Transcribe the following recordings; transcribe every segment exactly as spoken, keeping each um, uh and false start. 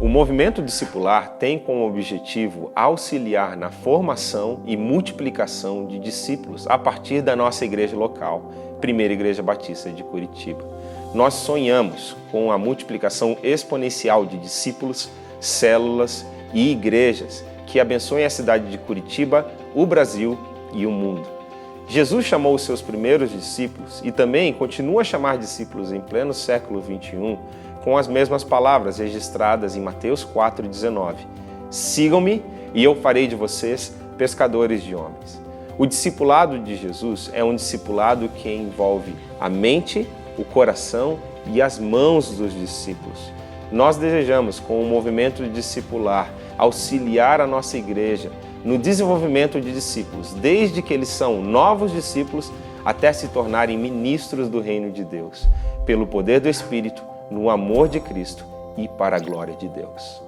O movimento discipular tem como objetivo auxiliar na formação e multiplicação de discípulos a partir da nossa igreja local, Primeira Igreja Batista de Curitiba. Nós sonhamos com a multiplicação exponencial de discípulos, células e igrejas que abençoem a cidade de Curitiba, o Brasil e o mundo. Jesus chamou os seus primeiros discípulos e também continua a chamar discípulos em pleno século vinte e um com as mesmas palavras registradas em Mateus quatro, dezenove. Sigam-me e eu farei de vocês pescadores de homens. O discipulado de Jesus é um discipulado que envolve a mente, o coração e as mãos dos discípulos. Nós desejamos, com o movimento discipular, auxiliar a nossa igreja no desenvolvimento de discípulos, desde que eles são novos discípulos até se tornarem ministros do reino de Deus, pelo poder do Espírito, no amor de Cristo e para a glória de Deus.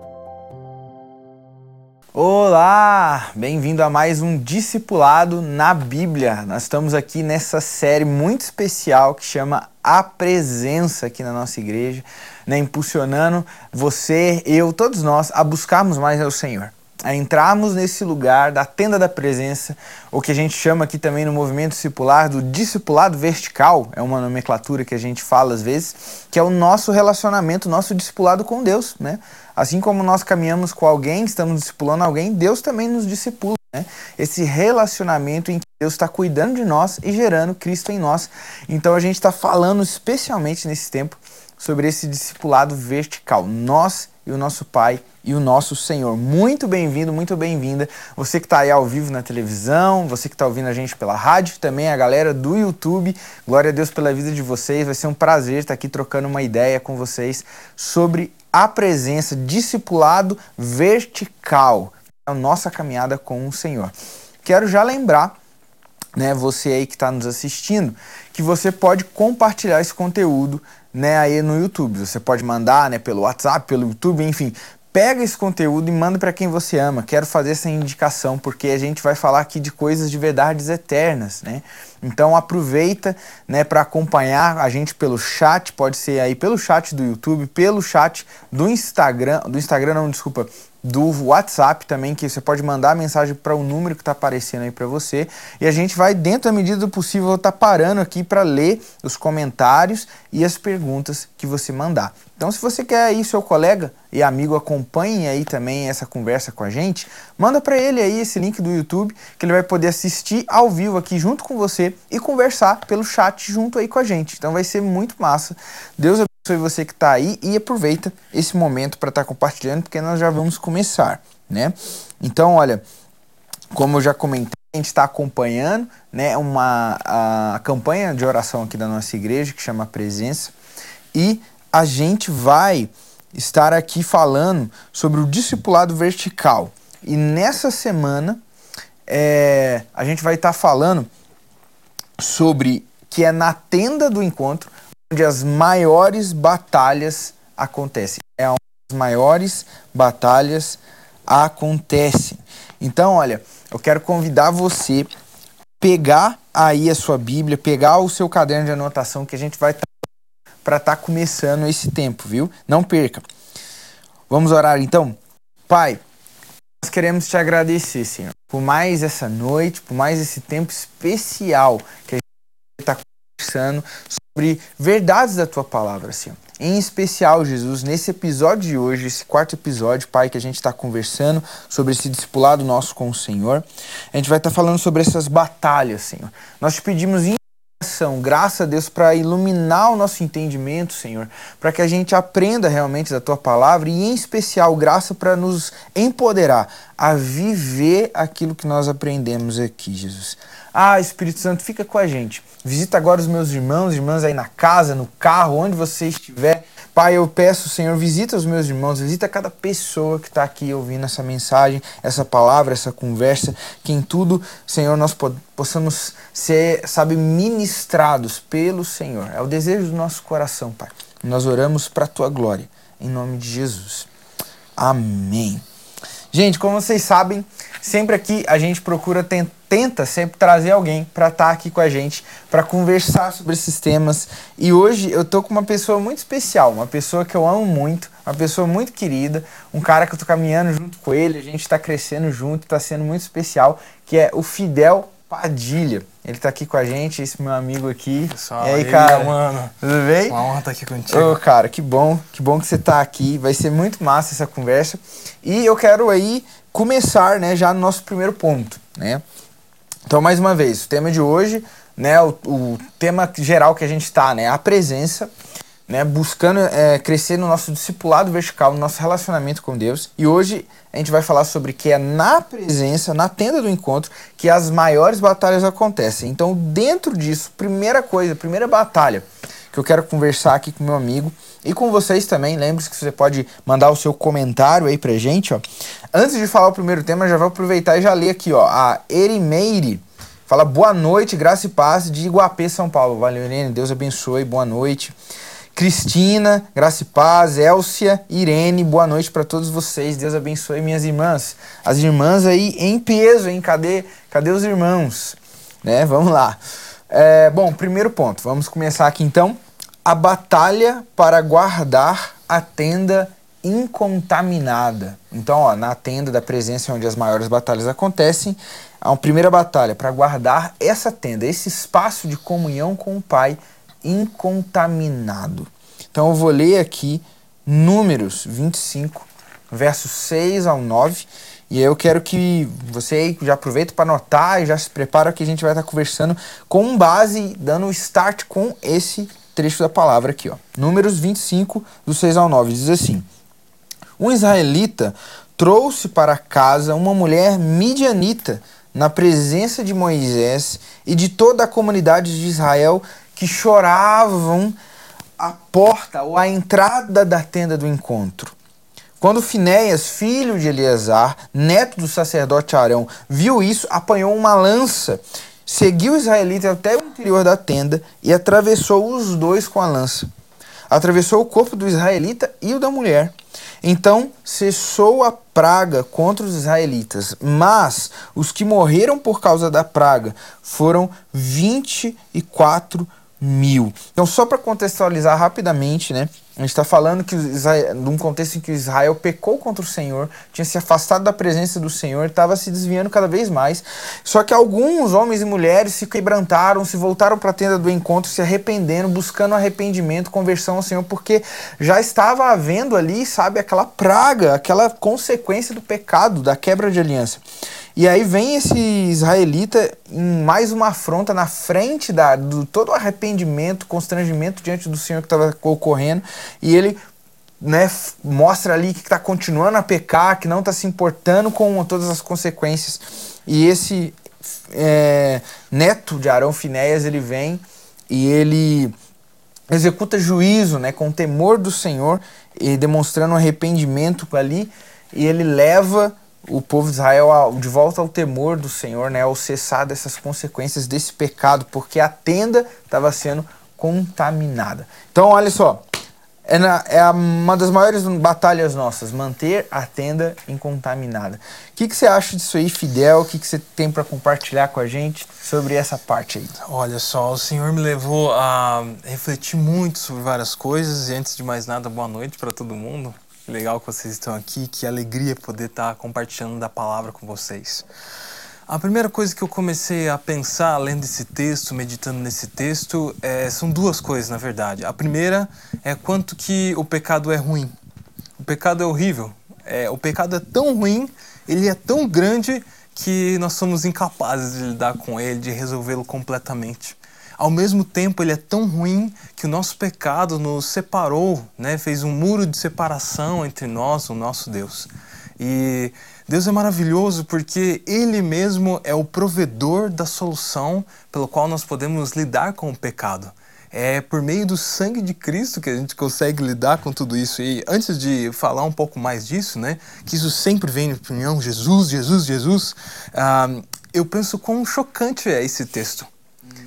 Olá! Bem-vindo a mais um Discipulado na Bíblia. Nós estamos aqui nessa série muito especial que chama A Presença aqui na nossa igreja, né? Impulsionando você, eu, todos nós a buscarmos mais ao Senhor, a entrarmos nesse lugar da tenda da presença, o que a gente chama aqui também no movimento discipular do discipulado vertical, é uma nomenclatura que a gente fala às vezes, que é o nosso relacionamento, nosso discipulado com Deus, né? Assim como nós caminhamos com alguém, estamos discipulando alguém, Deus também nos discipula, né? Esse relacionamento em que Deus está cuidando de nós e gerando Cristo em nós. Então a gente está falando especialmente nesse tempo sobre esse discipulado vertical, nós e o nosso Pai e o nosso Senhor. Muito bem-vindo, muito bem-vinda. Você que está aí ao vivo na televisão, você que está ouvindo a gente pela rádio, também a galera do YouTube. Glória a Deus pela vida de vocês. Vai ser um prazer estar aqui trocando uma ideia com vocês sobre a presença, discipulado vertical, a nossa caminhada com o Senhor. Quero já lembrar, né, você aí que está nos assistindo, que você pode compartilhar esse conteúdo, né, aí no YouTube. Você pode mandar, né, pelo WhatsApp, pelo YouTube, enfim. Pega esse conteúdo e manda para quem você ama. Quero fazer essa indicação porque a gente vai falar aqui de coisas de verdades eternas, né? Então aproveita, né, para acompanhar a gente pelo chat, pode ser aí pelo chat do YouTube, pelo chat do Instagram, do Instagram não, desculpa, do WhatsApp também, que você pode mandar a mensagem para o número que está aparecendo aí para você, e a gente vai, dentro da medida do possível, estar tá parando aqui para ler os comentários e as perguntas que você mandar. Então, se você quer aí seu colega e amigo acompanhe aí também essa conversa com a gente, manda para ele aí esse link do YouTube, que ele vai poder assistir ao vivo aqui junto com você e conversar pelo chat junto aí com a gente. Então vai ser muito massa. Deus abençoe você que está aí e aproveita esse momento para estar tá compartilhando, porque nós já vamos começar, né? Então, olha, como eu já comentei, a gente está acompanhando, né, uma a campanha de oração aqui da nossa igreja, que chama Presença, e a gente vai estar aqui falando sobre o discipulado vertical. E nessa semana, é, a gente vai estar falando sobre que é na tenda do encontro onde as maiores batalhas acontecem. É onde as maiores batalhas acontecem. Então, olha, eu quero convidar você a pegar aí a sua Bíblia, pegar o seu caderno de anotação, que a gente vai estar para estar tá começando esse tempo, viu? Não perca. Vamos orar então? Pai, nós queremos te agradecer, Senhor, por mais essa noite, por mais esse tempo especial que a gente está conversando sobre verdades da tua palavra, Senhor. Em especial, Jesus, nesse episódio de hoje, esse quarto episódio, Pai, que a gente está conversando sobre esse discipulado nosso com o Senhor, a gente vai estar tá falando sobre essas batalhas, Senhor. Nós te pedimos graça a Deus para iluminar o nosso entendimento, Senhor, para que a gente aprenda realmente da tua palavra e, em especial, graça para nos empoderar a viver aquilo que nós aprendemos aqui, Jesus. Ah, Espírito Santo, fica com a gente. Visita agora os meus irmãos, irmãs aí na casa, no carro, onde você estiver. Pai, eu peço, Senhor, visita os meus irmãos, visita cada pessoa que está aqui ouvindo essa mensagem, essa palavra, essa conversa, que em tudo, Senhor, nós possamos ser, sabe, ministrados pelo Senhor. É o desejo do nosso coração, Pai. Nós oramos para a tua glória, em nome de Jesus. Amém. Gente, como vocês sabem, sempre aqui a gente procura, ten- tenta sempre trazer alguém para estar aqui com a gente, para conversar sobre esses temas. E hoje eu tô com uma pessoa muito especial, uma pessoa que eu amo muito, uma pessoa muito querida, um cara que eu tô caminhando junto com ele, a gente tá crescendo junto, tá sendo muito especial, que é o Fidel Padilha. Ele tá aqui com a gente, esse meu amigo aqui. Pessoal, e aí, e aí, cara? mano? Tudo bem? Uma honra estar aqui contigo. Ô, cara, que bom, que bom que você tá aqui. Vai ser muito massa essa conversa. E eu quero aí começar, né, já no nosso primeiro ponto, né? Então, mais uma vez, o tema de hoje, né, o, o tema geral que a gente tá, né, a presença, né, buscando é, crescer no nosso discipulado vertical, no nosso relacionamento com Deus. E hoje a gente vai falar sobre que é na presença, na tenda do encontro, que as maiores batalhas acontecem. Então, dentro disso, primeira coisa, primeira batalha que eu quero conversar aqui com meu amigo e com vocês também, lembre-se que você pode mandar o seu comentário aí pra gente, ó. Antes de falar o primeiro tema, já vou aproveitar e já ler aqui, ó, a Erimeire fala boa noite, graça e paz de Iguapé, São Paulo. Valeu, Irene, Deus abençoe, boa noite. Cristina, graça e paz, Elcia, Irene, boa noite para todos vocês, Deus abençoe minhas irmãs. As irmãs aí em peso, hein? Cadê, cadê os irmãos? Né? Vamos lá. É, bom, primeiro ponto, vamos começar aqui então. A batalha para guardar a tenda incontaminada. Então, ó, na tenda da presença onde as maiores batalhas acontecem, há uma primeira batalha para guardar essa tenda, esse espaço de comunhão com o Pai incontaminado. Então eu vou ler aqui Números vinte e cinco, versos seis ao nove, e eu quero que você já aproveita para anotar e já se prepara que a gente vai estar conversando com base, dando start com esse trecho da palavra aqui, ó. Números vinte e cinco, do seis ao nove, diz assim: um israelita trouxe para casa uma mulher midianita na presença de Moisés e de toda a comunidade de Israel, que choravam à porta ou à entrada da tenda do encontro. Quando Finéias, filho de Eleazar, neto do sacerdote Arão, viu isso, apanhou uma lança, seguiu o israelita até o interior da tenda e atravessou os dois com a lança. Atravessou o corpo do israelita e o da mulher. Então cessou a praga contra os israelitas, mas os que morreram por causa da praga foram vinte e quatro mil. Então, só para contextualizar rapidamente, né? A gente está falando que Israel, num contexto em que Israel pecou contra o Senhor, tinha se afastado da presença do Senhor, estava se desviando cada vez mais. Só que alguns homens e mulheres se quebrantaram, se voltaram para a tenda do encontro, se arrependendo, buscando arrependimento, conversão ao Senhor, porque já estava havendo ali, sabe, aquela praga, aquela consequência do pecado, da quebra de aliança. E aí vem esse israelita em mais uma afronta na frente da, do todo o arrependimento, constrangimento diante do Senhor que estava ocorrendo, e ele, né, mostra ali que está continuando a pecar, que não está se importando com todas as consequências. E esse é, neto de Arão, Finéias, ele vem e ele executa juízo, né, com temor do Senhor, e demonstrando um arrependimento ali, e ele leva o povo de Israel de volta ao temor do Senhor, né, ao cessar dessas consequências desse pecado, porque a tenda estava sendo contaminada. Então, olha só, é, na, é uma das maiores batalhas nossas, manter a tenda incontaminada. O que, que você acha disso aí, Fidel? O que, que você tem para compartilhar com a gente sobre essa parte aí? Olha só, o Senhor me levou a refletir muito sobre várias coisas, e antes de mais nada, boa noite para todo mundo. Que legal que vocês estão aqui, que alegria poder estar compartilhando da palavra com vocês. A primeira coisa que eu comecei a pensar, lendo esse texto, meditando nesse texto, é, são duas coisas, na verdade. A primeira é quanto que o pecado é ruim. O pecado é horrível. É, o pecado é tão ruim, ele é tão grande, que nós somos incapazes de lidar com ele, de resolvê-lo completamente. Ao mesmo tempo, ele é tão ruim que o nosso pecado nos separou, né? Fez um muro de separação entre nós e o nosso Deus. E Deus é maravilhoso porque Ele mesmo é o provedor da solução pelo qual nós podemos lidar com o pecado. É por meio do sangue de Cristo que a gente consegue lidar com tudo isso. E antes de falar um pouco mais disso, né, que isso sempre vem na opinião, Jesus, Jesus, Jesus, uh, eu penso quão chocante é esse texto.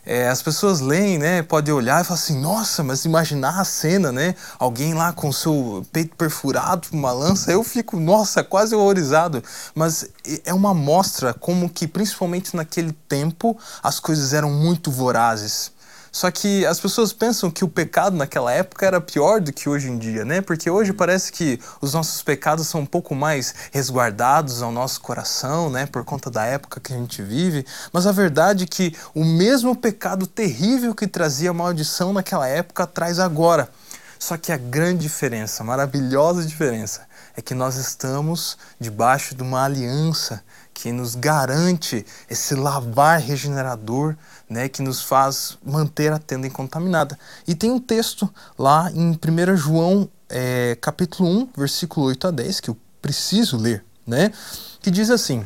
é, as pessoas leem, né, podem olhar e falar assim, nossa, mas imaginar a cena, né, alguém lá com o seu peito perfurado por uma lança, eu fico, nossa, quase horrorizado. Mas é uma mostra como que, principalmente naquele tempo, as coisas eram muito vorazes. Só que as pessoas pensam que o pecado naquela época era pior do que hoje em dia, né? Porque hoje parece que os nossos pecados são um pouco mais resguardados ao nosso coração, né? Por conta da época que a gente vive. Mas a verdade é que o mesmo pecado terrível que trazia maldição naquela época traz agora. Só que a grande diferença, a maravilhosa diferença, é que nós estamos debaixo de uma aliança que nos garante esse lavar regenerador, né, que nos faz manter a tenda incontaminada. E tem um texto lá em primeiro João, é, capítulo um, versículo oito a dez, que eu preciso ler, né, que diz assim: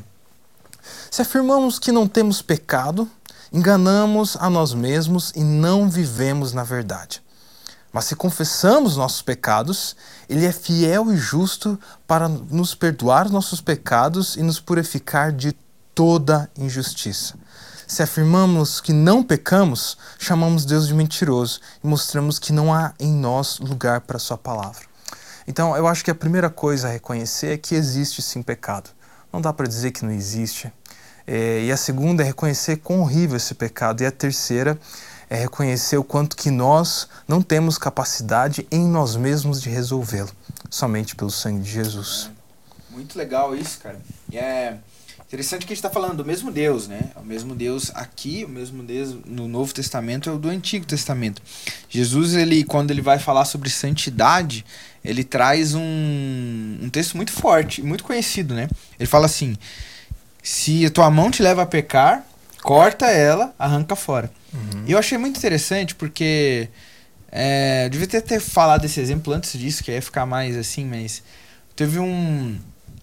se afirmamos que não temos pecado, enganamos a nós mesmos e não vivemos na verdade. Mas se confessamos nossos pecados, Ele é fiel e justo para nos perdoar nossos pecados e nos purificar de toda injustiça. Se afirmamos que não pecamos, chamamos Deus de mentiroso e mostramos que não há em nós lugar para a sua palavra. Então, eu acho que a primeira coisa a reconhecer é que existe sim pecado. Não dá para dizer que não existe. É, e a segunda é reconhecer quão horrível esse pecado. E a terceira é reconhecer o quanto que nós não temos capacidade em nós mesmos de resolvê-lo, somente pelo sangue de Jesus. É, muito legal isso, cara. E é interessante que a gente está falando do mesmo Deus, né? O mesmo Deus aqui, o mesmo Deus no Novo Testamento é o do Antigo Testamento. Jesus, ele, quando ele vai falar sobre santidade, ele traz um, um texto muito forte, muito conhecido, né? Ele fala assim: se a tua mão te leva a pecar, corta ela, arranca fora. Uhum. E eu achei muito interessante porque é, eu devia ter, ter falado esse exemplo antes disso, que ia ficar mais assim, mas teve um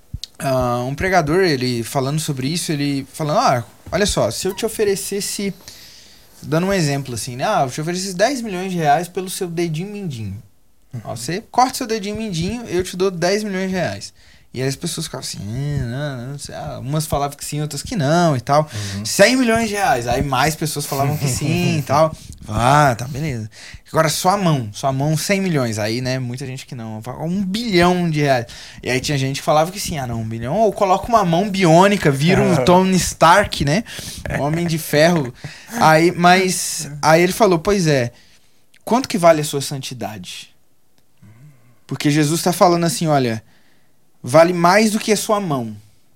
uh, um pregador, ele falando sobre isso, ele falando, ah, olha só, se eu te oferecesse, dando um exemplo assim, né, ah, eu te oferecesse dez milhões de reais pelo seu dedinho mindinho. Uhum. Ó, você corta seu dedinho mindinho, eu te dou dez milhões de reais. E aí as pessoas ficavam assim, ah, não, não sei. Ah, umas falavam que sim, outras que não e tal. Uhum. cem milhões de reais. Aí mais pessoas falavam que sim e tal. Ah, tá, beleza. Agora sua mão, sua mão cem milhões. Aí, né, muita gente que não. Um bilhão de reais. E aí tinha gente que falava que sim, ah não, um bilhão. Ou coloca uma mão biônica, vira um Tony Stark, né? Um Homem de Ferro. Aí, mas, aí ele falou, pois é, quanto que vale a sua santidade? Porque Jesus tá falando assim, olha, vale mais do que a sua mão.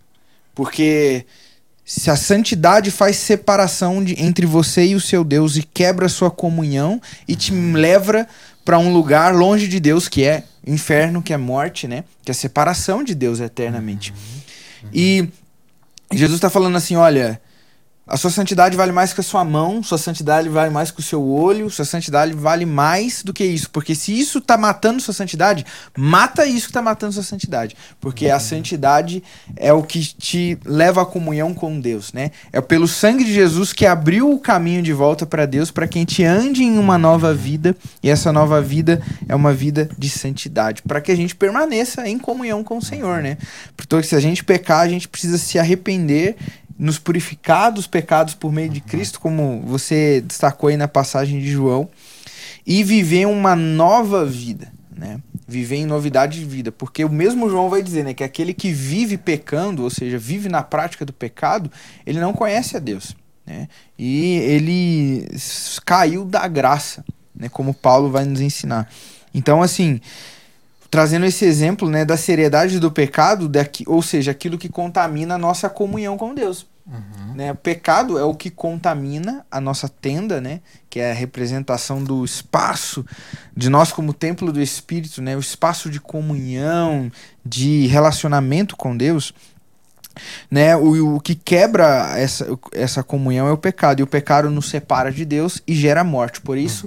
Porque se a santidade faz separação de, entre você e o seu Deus e quebra a sua comunhão e te leva para um lugar longe de Deus, que é inferno, que é morte, né? Que é a separação de Deus eternamente. Uhum. Uhum. E Jesus está falando assim, olha, a sua santidade vale mais que a sua mão, sua santidade vale mais que o seu olho, sua santidade vale mais do que isso. Porque se isso tá matando sua santidade, mata isso que tá matando sua santidade. Porque uhum. a santidade é o que te leva à comunhão com Deus, né? É pelo sangue de Jesus que abriu o caminho de volta para Deus, para que a gente ande em uma nova vida. E essa nova vida é uma vida de santidade, para que a gente permaneça em comunhão com o Senhor, né? Porque se a gente pecar, a gente precisa se arrepender, nos purificar dos pecados por meio de Cristo, como você destacou aí na passagem de João, e viver uma nova vida, né? Viver em novidade de vida, porque o mesmo João vai dizer, né, que aquele que vive pecando, ou seja, vive na prática do pecado, ele não conhece a Deus, né? E ele caiu da graça, né, como Paulo vai nos ensinar. Então, assim, trazendo esse exemplo, né, da seriedade do pecado, daqui, ou seja, aquilo que contamina a nossa comunhão com Deus. Uhum. Né? O pecado é o que contamina a nossa tenda, né, que é a representação do espaço de nós como templo do Espírito, né, o espaço de comunhão, de relacionamento com Deus. Né, o, o que quebra essa, essa comunhão é o pecado, e o pecado nos separa de Deus e gera morte. Por isso,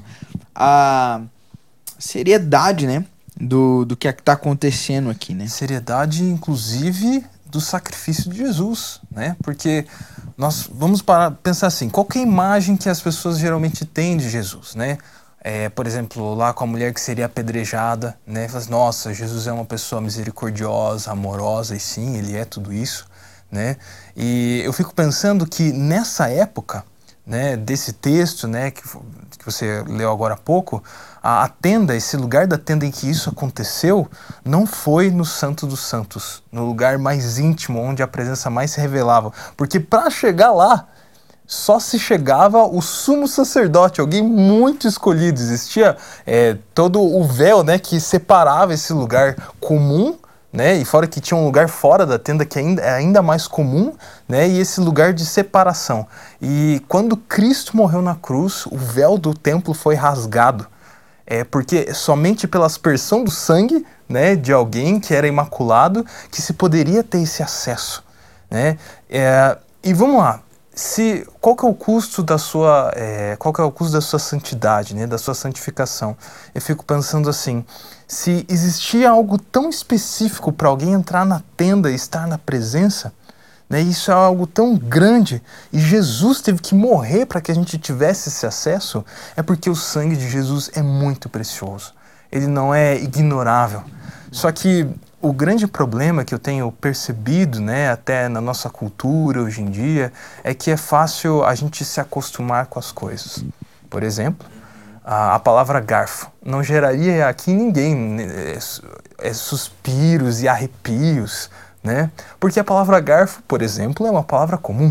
a seriedade, né, do, do que está acontecendo aqui, né? Seriedade, inclusive, do sacrifício de Jesus, né? Porque nós vamos parar, pensar assim, qual que é a imagem que as pessoas geralmente têm de Jesus, né? É, por exemplo, lá com a mulher que seria apedrejada, né? Fala assim, nossa, Jesus é uma pessoa misericordiosa, amorosa, e sim, ele é tudo isso, né? E eu fico pensando que nessa época né, desse texto, né, que, que você leu agora há pouco, a, a tenda, esse lugar da tenda em que isso aconteceu, não foi no Santo dos Santos, no lugar mais íntimo, onde a presença mais se revelava. Porque para chegar lá, só se chegava o sumo sacerdote, alguém muito escolhido. Existia é, todo o véu, né, que separava esse lugar comum, né, e fora que tinha um lugar fora da tenda que ainda, é ainda mais comum, né, e esse lugar de separação. E quando Cristo morreu na cruz, o véu do templo foi rasgado. É porque somente pela aspersão do sangue, né, de alguém que era imaculado que se poderia ter esse acesso, né? É, e vamos lá. Se, qual que é o custo da sua, é, qual que é o custo da sua santidade, né, da sua santificação? Eu fico pensando assim, se existia algo tão específico para alguém entrar na tenda e estar na presença, né, isso é algo tão grande, e Jesus teve que morrer para que a gente tivesse esse acesso, é porque o sangue de Jesus é muito precioso. Ele não é ignorável. Só que o grande problema que eu tenho percebido, né, até na nossa cultura hoje em dia, é que é fácil a gente se acostumar com as coisas. Por exemplo, a, a palavra garfo não geraria aqui em ninguém é, é, suspiros e arrepios, né? Porque a palavra garfo, por exemplo, é uma palavra comum.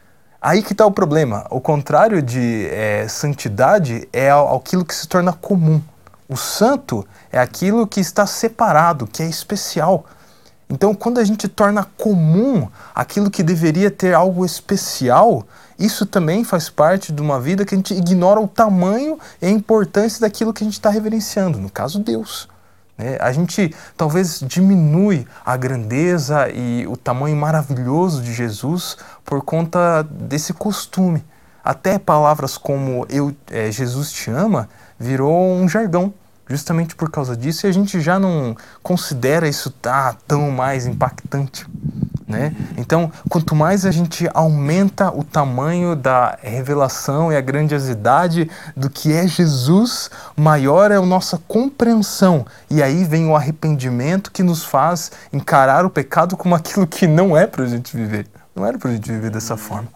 Aí que está o problema. O contrário de é, santidade é aquilo que se torna comum. O santo é aquilo que está separado, que é especial. Então, quando a gente torna comum aquilo que deveria ter algo especial, isso também faz parte de uma vida que a gente ignora o tamanho e a importância daquilo que a gente está reverenciando, no caso, Deus. Né? A gente talvez diminui a grandeza e o tamanho maravilhoso de Jesus por conta desse costume. Até palavras como eu, é, Jesus te ama virou um jargão, justamente por causa disso, e a gente já não considera isso tá, tão mais impactante, né? Então, quanto mais a gente aumenta o tamanho da revelação e a grandiosidade do que é Jesus, maior é a nossa compreensão, e aí vem o arrependimento que nos faz encarar o pecado como aquilo que não é pra gente viver, não era pra gente viver dessa forma.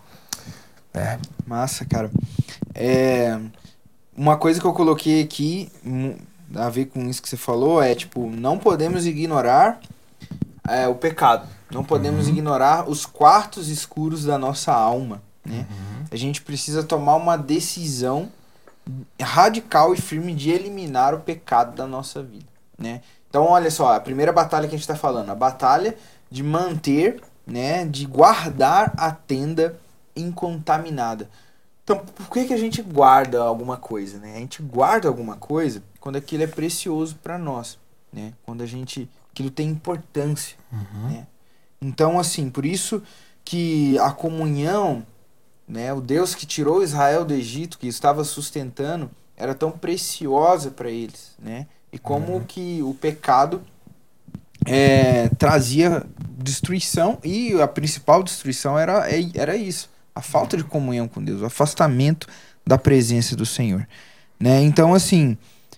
É. Massa, cara. É... Uma coisa que eu coloquei aqui, a ver com isso que você falou, é tipo, não podemos ignorar é, o pecado. Não podemos uhum. ignorar os quartos escuros da nossa alma, né? Uhum. A gente precisa tomar uma decisão radical e firme de eliminar o pecado da nossa vida, né? Então, olha só, a primeira batalha que a gente está falando, a batalha de manter, né, de guardar a tenda incontaminada. Então, por que que a gente guarda alguma coisa, né? A gente guarda alguma coisa quando aquilo é precioso para nós, né? Quando a gente, aquilo tem importância, uhum. né? Então, assim, por isso que a comunhão, né, o Deus que tirou Israel do Egito, que estava sustentando, era tão preciosa para eles, né? E como uhum. que o pecado é, trazia destruição, e a principal destruição era, era isso. A falta de comunhão com Deus, o afastamento da presença do Senhor, né? Então, assim,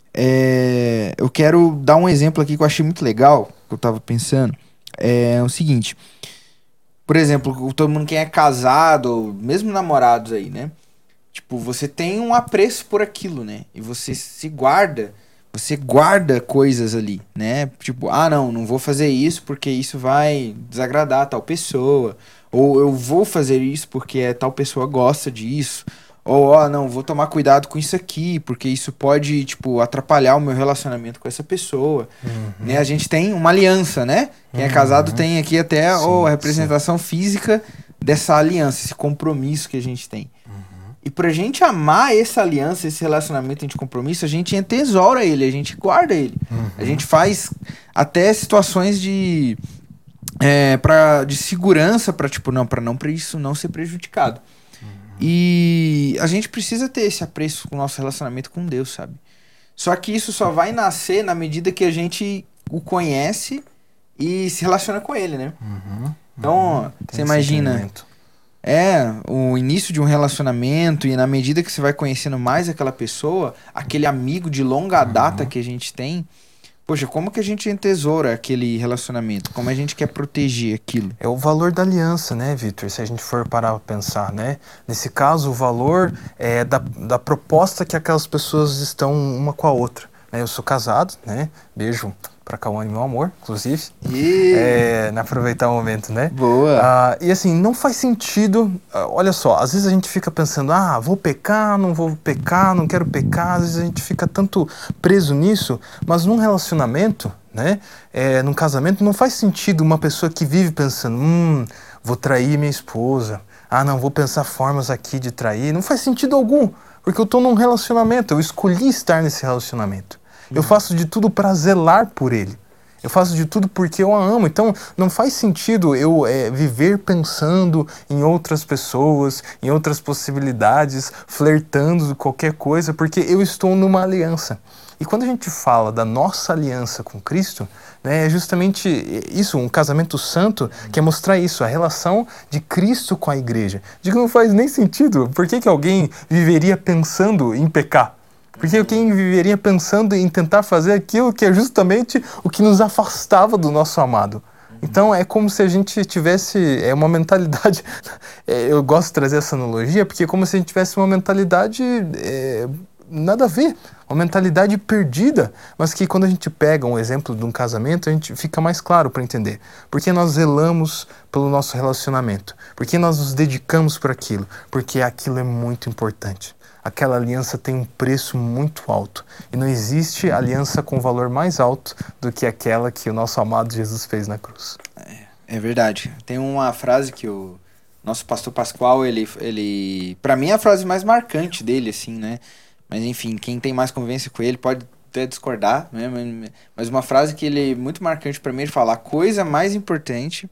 é, eu quero dar um exemplo aqui que eu achei muito legal, que eu tava pensando, é o seguinte, por exemplo, todo mundo que é casado, mesmo namorados aí, né? Tipo, você tem um apreço por aquilo, né? E você se guarda, você guarda coisas ali, né? Tipo, ah, não, não vou fazer isso porque isso vai desagradar tal pessoa. Ou eu vou fazer isso porque tal pessoa gosta disso. Ou, ó, não, vou tomar cuidado com isso aqui, porque isso pode, tipo, atrapalhar o meu relacionamento com essa pessoa. Uhum. Né? A gente tem uma aliança, né? Quem uhum. é casado tem aqui até sim, oh, a representação sim. física dessa aliança, esse compromisso que a gente tem. Uhum. E pra gente amar essa aliança, esse relacionamento de compromisso, a gente tesoura ele, a gente guarda ele. Uhum. A gente faz até situações de... É, pra, de segurança para tipo, não, para não, para isso não ser prejudicado. Uhum. E a gente precisa ter esse apreço com o nosso relacionamento com Deus, sabe? Só que isso só vai nascer na medida que a gente o conhece e se relaciona com ele, né? Uhum. Então, uhum. você imagina, é, o início de um relacionamento, e na medida que você vai conhecendo mais aquela pessoa, aquele amigo de longa data uhum. que a gente tem, poxa, como que a gente entesoura aquele relacionamento? Como a gente quer proteger aquilo? É o valor da aliança, né, Victor? Se a gente for parar para pensar, né? Nesse caso, o valor é da, da proposta que aquelas pessoas estão uma com a outra. Né? Eu sou casado, né? Beijo para Cauane, meu amor, inclusive. E... É, né, aproveitar o momento, né? Boa. Ah, e assim, não faz sentido... ah, olha só, às vezes a gente fica pensando, ah, vou pecar, não vou pecar, não quero pecar. Às vezes a gente fica tanto preso nisso, mas num relacionamento, né? É, num casamento, não faz sentido uma pessoa que vive pensando, hum, vou trair minha esposa. Ah, não, vou pensar formas aqui de trair. Não faz sentido algum, porque eu estou num relacionamento, eu escolhi estar nesse relacionamento. Eu faço de tudo para zelar por ele. Eu faço de tudo porque eu a amo. Então, não faz sentido eu é, viver pensando em outras pessoas, em outras possibilidades, flertando qualquer coisa, porque eu estou numa aliança. E quando a gente fala da nossa aliança com Cristo, né, é justamente isso, um casamento santo, que é mostrar isso, a relação de Cristo com a igreja. Digo, não faz nem sentido. Por que que alguém viveria pensando em pecar? Porque quem viveria pensando em tentar fazer aquilo que é justamente o que nos afastava do nosso amado. Então é como se a gente tivesse é uma mentalidade, é, eu gosto de trazer essa analogia, porque é como se a gente tivesse uma mentalidade é, nada a ver, uma mentalidade perdida, mas que quando a gente pega um exemplo de um casamento, a gente fica mais claro para entender. Porque nós zelamos pelo nosso relacionamento, porque nós nos dedicamos por aquilo, porque aquilo é muito importante. Aquela aliança tem um preço muito alto. E não existe aliança com valor mais alto do que aquela que o nosso amado Jesus fez na cruz. É, é verdade. Tem uma frase que o nosso pastor Pascoal, ele, ele... Pra mim é a frase mais marcante dele, assim, né? Mas enfim, quem tem mais convivência com ele pode até discordar, né? Mas uma frase que ele é muito marcante pra mim, ele fala: a coisa mais importante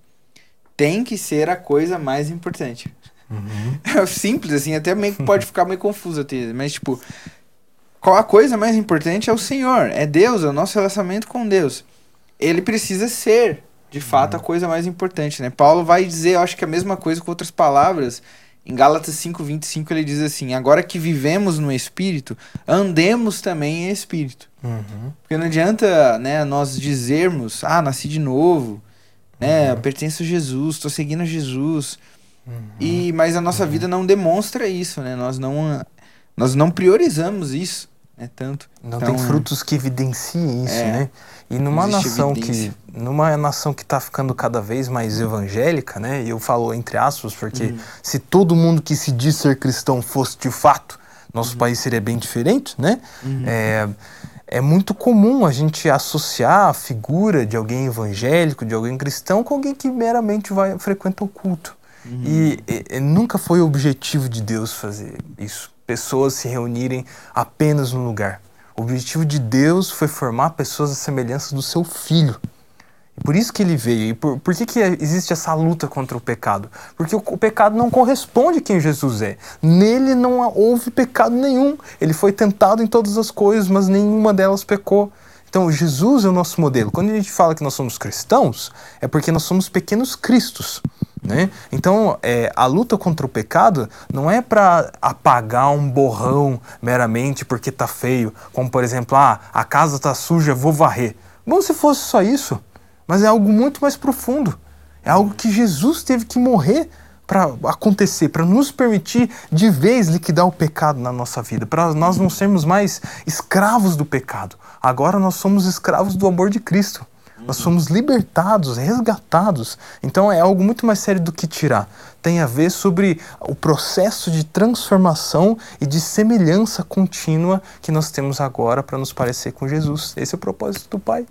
tem que ser a coisa mais importante. Uhum. É simples, assim, até meio que pode ficar meio confuso até, mas tipo, qual a coisa mais importante é o Senhor, é Deus, é o nosso relacionamento com Deus. Ele precisa ser, de fato, uhum. a coisa mais importante, né? Paulo vai dizer, eu acho que a mesma coisa com outras palavras. Em Gálatas cinco, vinte e cinco ele diz assim: agora que vivemos no Espírito, andemos também em Espírito. Uhum. Porque não adianta, né, nós dizermos, ah, nasci de novo, né, uhum. pertenço a Jesus, estou seguindo a Jesus. Uhum. E, mas a nossa uhum. vida não demonstra isso, né? Nós não, nós não priorizamos isso, né? Tanto. Não então, tem frutos que evidenciem isso, é, né? E numa nação que numa nação que está ficando cada vez mais evangélica, né? E eu falo entre aspas porque uhum. se todo mundo que se diz ser cristão fosse de fato, nosso uhum. país seria bem diferente, né? Uhum. É, é muito comum a gente associar a figura de alguém evangélico, de alguém cristão, com alguém que meramente vai frequenta o culto. Uhum. E, e, e nunca foi o objetivo de Deus fazer isso, pessoas se reunirem apenas num lugar. O objetivo de Deus foi formar pessoas à semelhança do seu Filho. E por isso que ele veio. E por, por que, que existe essa luta contra o pecado? Porque o, o pecado não corresponde a quem Jesus é. Nele não houve pecado nenhum. Ele foi tentado em todas as coisas, mas nenhuma delas pecou. Então, Jesus é o nosso modelo. Quando a gente fala que nós somos cristãos, é porque nós somos pequenos cristos. Né? Então, é, a luta contra o pecado não é para apagar um borrão meramente porque tá feio, como por exemplo, ah, a casa tá suja, vou varrer. Bom, se fosse só isso, mas é algo muito mais profundo. É algo que Jesus teve que morrer para acontecer, para nos permitir de vez liquidar o pecado na nossa vida, para nós não sermos mais escravos do pecado. Agora nós somos escravos do amor de Cristo. Nós somos libertados, resgatados. Então é algo muito mais sério do que tirar. Tem a ver sobre o processo de transformação e de semelhança contínua que nós temos agora para nos parecer com Jesus. Esse é o propósito do Pai.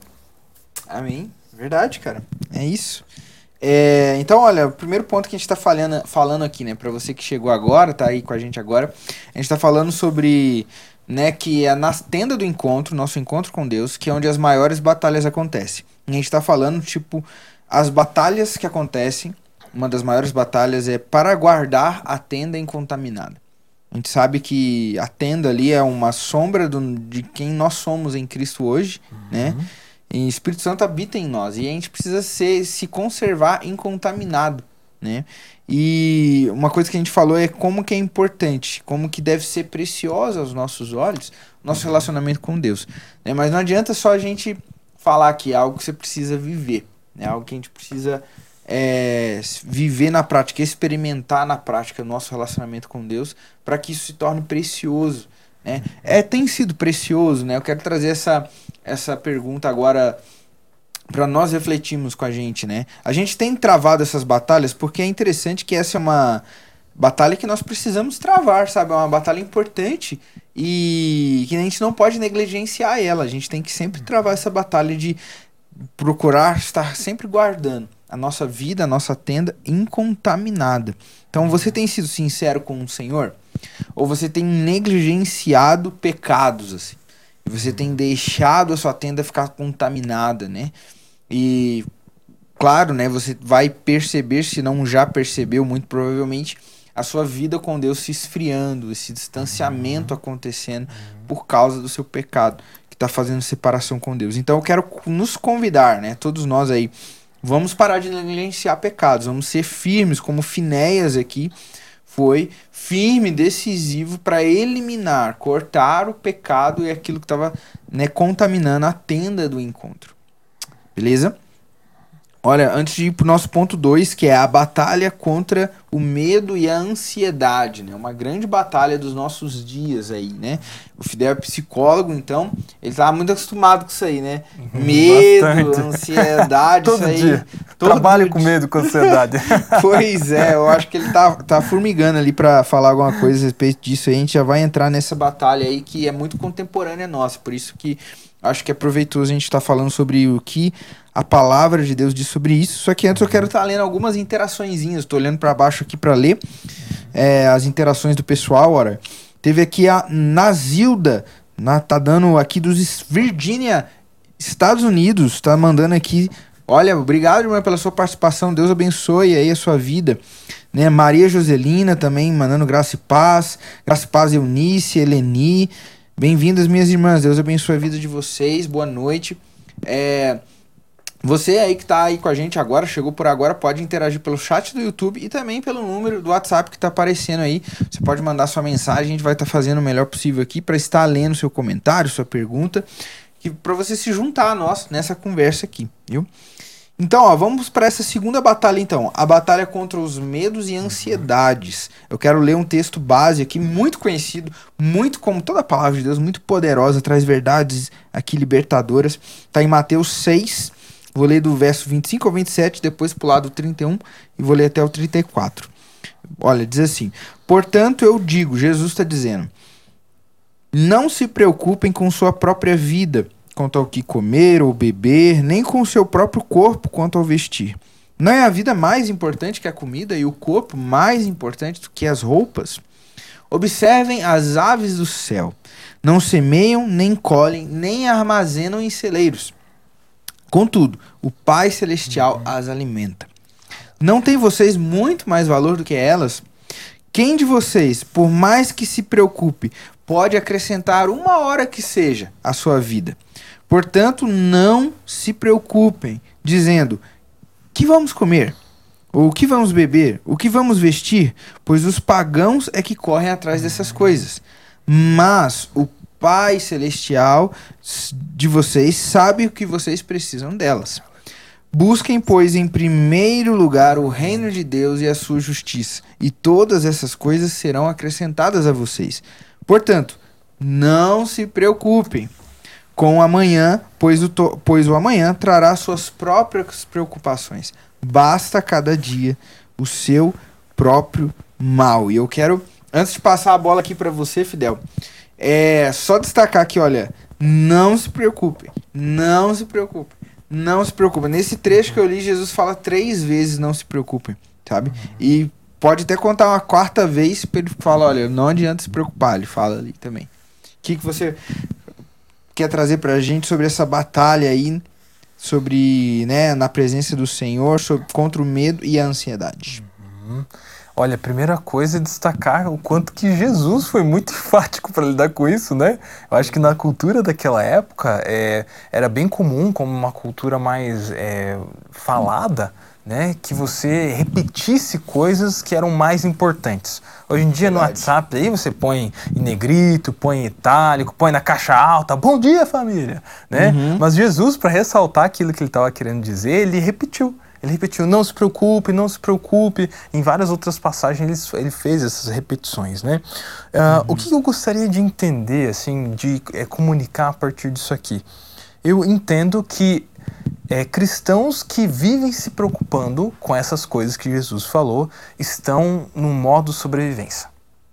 Amém. Verdade, cara. É isso. É, então, olha, o primeiro ponto que a gente está falando, falando aqui, né, para você que chegou agora, tá aí com a gente agora, a gente está falando sobre... Né, que é na tenda do encontro, nosso encontro com Deus, que é onde as maiores batalhas acontecem. E a gente está falando, tipo, as batalhas que acontecem, uma das maiores batalhas é para guardar a tenda incontaminada. A gente sabe que a tenda ali é uma sombra do, de quem nós somos em Cristo hoje, uhum. né? E o Espírito Santo habita em nós, e a gente precisa ser, se conservar incontaminado, né? E uma coisa que a gente falou é como que é importante, como que deve ser preciosa aos nossos olhos, nosso relacionamento com Deus, né? Mas não adianta só a gente falar aqui, é algo que você precisa viver, é algo que a gente precisa é, viver na prática, experimentar na prática o nosso relacionamento com Deus, para que isso se torne precioso, né? É, tem sido precioso, né? Eu quero trazer essa, essa pergunta agora para nós refletirmos com a gente, né? A gente tem travado essas batalhas porque é interessante que essa é uma batalha que nós precisamos travar, sabe? É uma batalha importante e que a gente não pode negligenciar ela. A gente tem que sempre travar essa batalha de procurar estar sempre guardando a nossa vida, a nossa tenda incontaminada. Então, você tem sido sincero com o Senhor? Ou você tem negligenciado pecados, assim? E você tem deixado a sua tenda ficar contaminada, né? E, claro, né, você vai perceber, se não já percebeu, muito provavelmente, a sua vida com Deus se esfriando, esse distanciamento acontecendo por causa do seu pecado, que está fazendo separação com Deus. Então eu quero nos convidar, né, todos nós aí, vamos parar de negligenciar pecados, vamos ser firmes, como Finéias aqui foi firme, decisivo para eliminar, cortar o pecado e aquilo que estava, né, contaminando a tenda do encontro. Beleza? Olha, antes de ir pro nosso ponto dois, que é a batalha contra o medo e a ansiedade, né? Uma grande batalha dos nossos dias aí, né? O Fidel é psicólogo, então ele tá muito acostumado com isso aí, né? Uhum, medo, bastante. Ansiedade, todo isso aí. Dia. Todo Trabalho dia. com medo, com ansiedade. Pois é, eu acho que ele tá, tá formigando ali pra falar alguma coisa a respeito disso aí. A gente já vai entrar nessa batalha aí que é muito contemporânea nossa, por isso que acho que é proveitoso a gente estar tá falando sobre o que a palavra de Deus diz sobre isso. Só que antes eu quero estar tá lendo algumas interaçõezinhas. Estou olhando para baixo aqui para ler é, as interações do pessoal. Ora, teve aqui a Nazilda, na, tá dando aqui dos Virgínia, Estados Unidos, tá mandando aqui. Olha, obrigado, irmã, pela sua participação. Deus abençoe aí a sua vida. Né? Maria Joselina também mandando graça e paz. Graça e paz, Eunice, Eleni. Bem-vindas, minhas irmãs. Deus abençoe a vida de vocês. Boa noite. É, você aí que tá aí com a gente agora, chegou por agora, pode interagir pelo chat do YouTube e também pelo número do WhatsApp que tá aparecendo aí. Você pode mandar sua mensagem, a gente vai estar tá fazendo o melhor possível aqui para estar lendo seu comentário, sua pergunta, para você se juntar a nós nessa conversa aqui, viu? Então, ó, vamos para essa segunda batalha, então. A batalha contra os medos e ansiedades. Eu quero ler um texto base aqui, muito conhecido, muito como toda a palavra de Deus, muito poderosa, traz verdades aqui libertadoras. Está em Mateus seis, vou ler do verso vinte e cinco ao vinte e sete, depois pular do trinta e um e vou ler até o trinta e quatro. Olha, diz assim: portanto eu digo, Jesus está dizendo, não se preocupem com sua própria vida, quanto ao que comer ou beber, nem com o seu próprio corpo quanto ao vestir. Não é a vida mais importante que a comida e o corpo mais importante do que as roupas? Observem as aves do céu. Não semeiam, nem colhem, nem armazenam em celeiros. Contudo, o Pai Celestial as alimenta. Não tem vocês muito mais valor do que elas? Quem de vocês, por mais que se preocupe, pode acrescentar uma hora que seja à sua vida? Portanto, não se preocupem, dizendo, que vamos comer? Ou o que vamos beber? O que vamos vestir? Pois os pagãos é que correm atrás dessas coisas. Mas o Pai Celestial de vocês sabe o que vocês precisam delas. Busquem, pois, em primeiro lugar o reino de Deus e a sua justiça, e todas essas coisas serão acrescentadas a vocês. Portanto, não se preocupem com o amanhã, pois o, to- pois o amanhã trará suas próprias preocupações. Basta cada dia o seu próprio mal. E eu quero, antes de passar a bola aqui para você, Fidel, é só destacar aqui, olha, não se preocupe, não se preocupe, não se preocupe. Nesse trecho que eu li, Jesus fala três vezes não se preocupem, sabe? E pode até contar uma quarta vez para ele falar, olha, não adianta se preocupar, ele fala ali também. O que, que você quer trazer pra gente sobre essa batalha aí, sobre, né, na presença do Senhor, sobre, contra o medo e a ansiedade? Uhum. Olha, a primeira coisa é destacar o quanto que Jesus foi muito enfático para lidar com isso, né? Eu acho que na cultura daquela época é, era bem comum, como uma cultura mais é, falada, né, que você repetisse coisas que eram mais importantes. Hoje em dia, verdade, no WhatsApp, aí você põe em negrito, põe em itálico, põe na caixa alta, bom dia, família, né? Uhum. Mas Jesus, para ressaltar aquilo que ele estava querendo dizer, ele repetiu. Ele repetiu, não se preocupe, não se preocupe. Em várias outras passagens ele, ele fez essas repetições, né? Uh, uhum. O que eu gostaria de entender, assim, de é, comunicar a partir disso aqui? Eu entendo que é, cristãos que vivem se preocupando com essas coisas que Jesus falou estão no modo sobrevivência.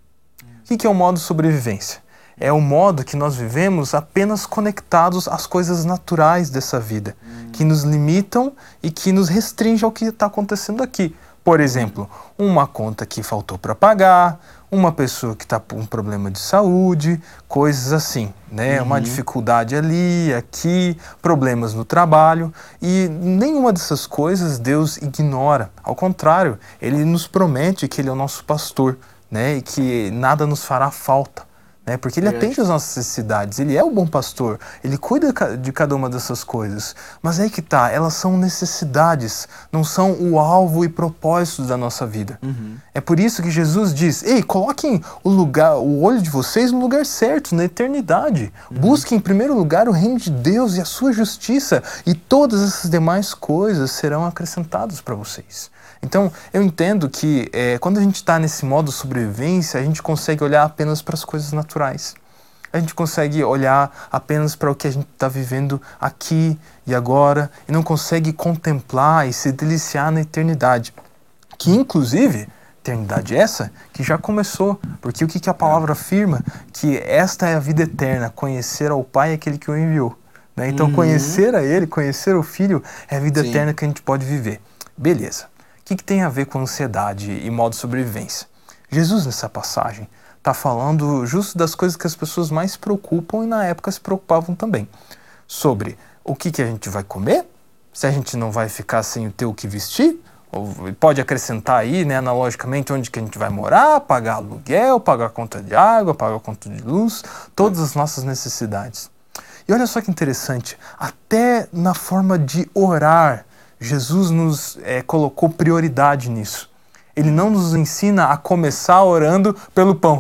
O que, que é o modo sobrevivência? É o modo que nós vivemos apenas conectados às coisas naturais dessa vida, hum. que nos limitam e que nos restringem ao que está acontecendo aqui. Por exemplo, uma conta que faltou para pagar, uma pessoa que está com um problema de saúde, coisas assim, né? Uhum. Uma dificuldade ali, aqui, problemas no trabalho. E nenhuma dessas coisas Deus ignora. Ao contrário, Ele nos promete que Ele é o nosso pastor, né? E que nada nos fará falta. Né? Porque ele atende às nossas necessidades, ele é o bom pastor, ele cuida de cada uma dessas coisas. Mas aí que tá, elas são necessidades, não são o alvo e propósito da nossa vida. Uhum. É por isso que Jesus diz, ei, coloquem o, lugar, o olho de vocês no lugar certo, na eternidade. Uhum. Busquem em primeiro lugar o reino de Deus e a sua justiça, e todas essas demais coisas serão acrescentadas para vocês. Então, eu entendo que é, quando a gente está nesse modo sobrevivência, a gente consegue olhar apenas para as coisas naturais. A gente consegue olhar apenas para o que a gente está vivendo aqui e agora e não consegue contemplar e se deliciar na eternidade. Que, inclusive, eternidade essa que já começou. Porque o que, que a palavra afirma? Que esta é a vida eterna, conhecer ao Pai aquele que o enviou. Né? Então, uhum. conhecer a Ele, conhecer o Filho, é a vida Sim. eterna que a gente pode viver. Beleza. O que, que tem a ver com ansiedade e modo de sobrevivência? Jesus, nessa passagem, está falando justo das coisas que as pessoas mais se preocupam e na época se preocupavam também. Sobre o que, que a gente vai comer, se a gente não vai ficar sem ter o que vestir, ou pode acrescentar aí, né, analogicamente, onde que a gente vai morar, pagar aluguel, pagar a conta de água, pagar a conta de luz, todas as nossas necessidades. E olha só que interessante, até na forma de orar, Jesus nos é, colocou prioridade nisso. Ele não nos ensina a começar orando pelo pão.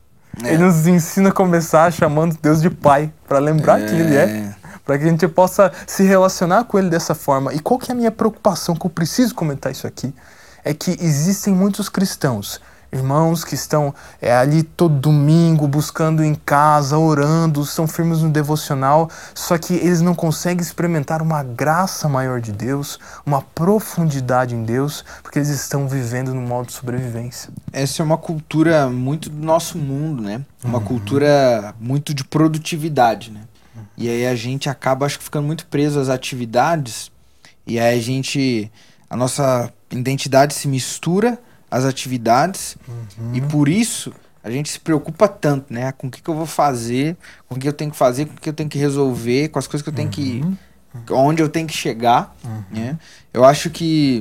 É. Ele nos ensina a começar chamando Deus de Pai, para lembrar é. que Ele é, para que a gente possa se relacionar com Ele dessa forma. E qual que é a minha preocupação, que eu preciso comentar isso aqui, é que existem muitos cristãos, irmãos que estão é, ali todo domingo, buscando em casa, orando, são firmes no devocional, só que eles não conseguem experimentar uma graça maior de Deus, uma profundidade em Deus, porque eles estão vivendo no modo de sobrevivência. Essa é uma cultura muito do nosso mundo, né? Uma uhum. cultura muito de produtividade, né? Uhum. E aí a gente acaba, acho que, ficando muito preso às atividades, e aí a gente, a nossa identidade se mistura as atividades, uhum. e por isso a gente se preocupa tanto, né? Com o que, que eu vou fazer, com o que eu tenho que fazer, com o que eu tenho que resolver, com as coisas que eu tenho uhum. que... onde eu tenho que chegar, uhum. né? Eu acho que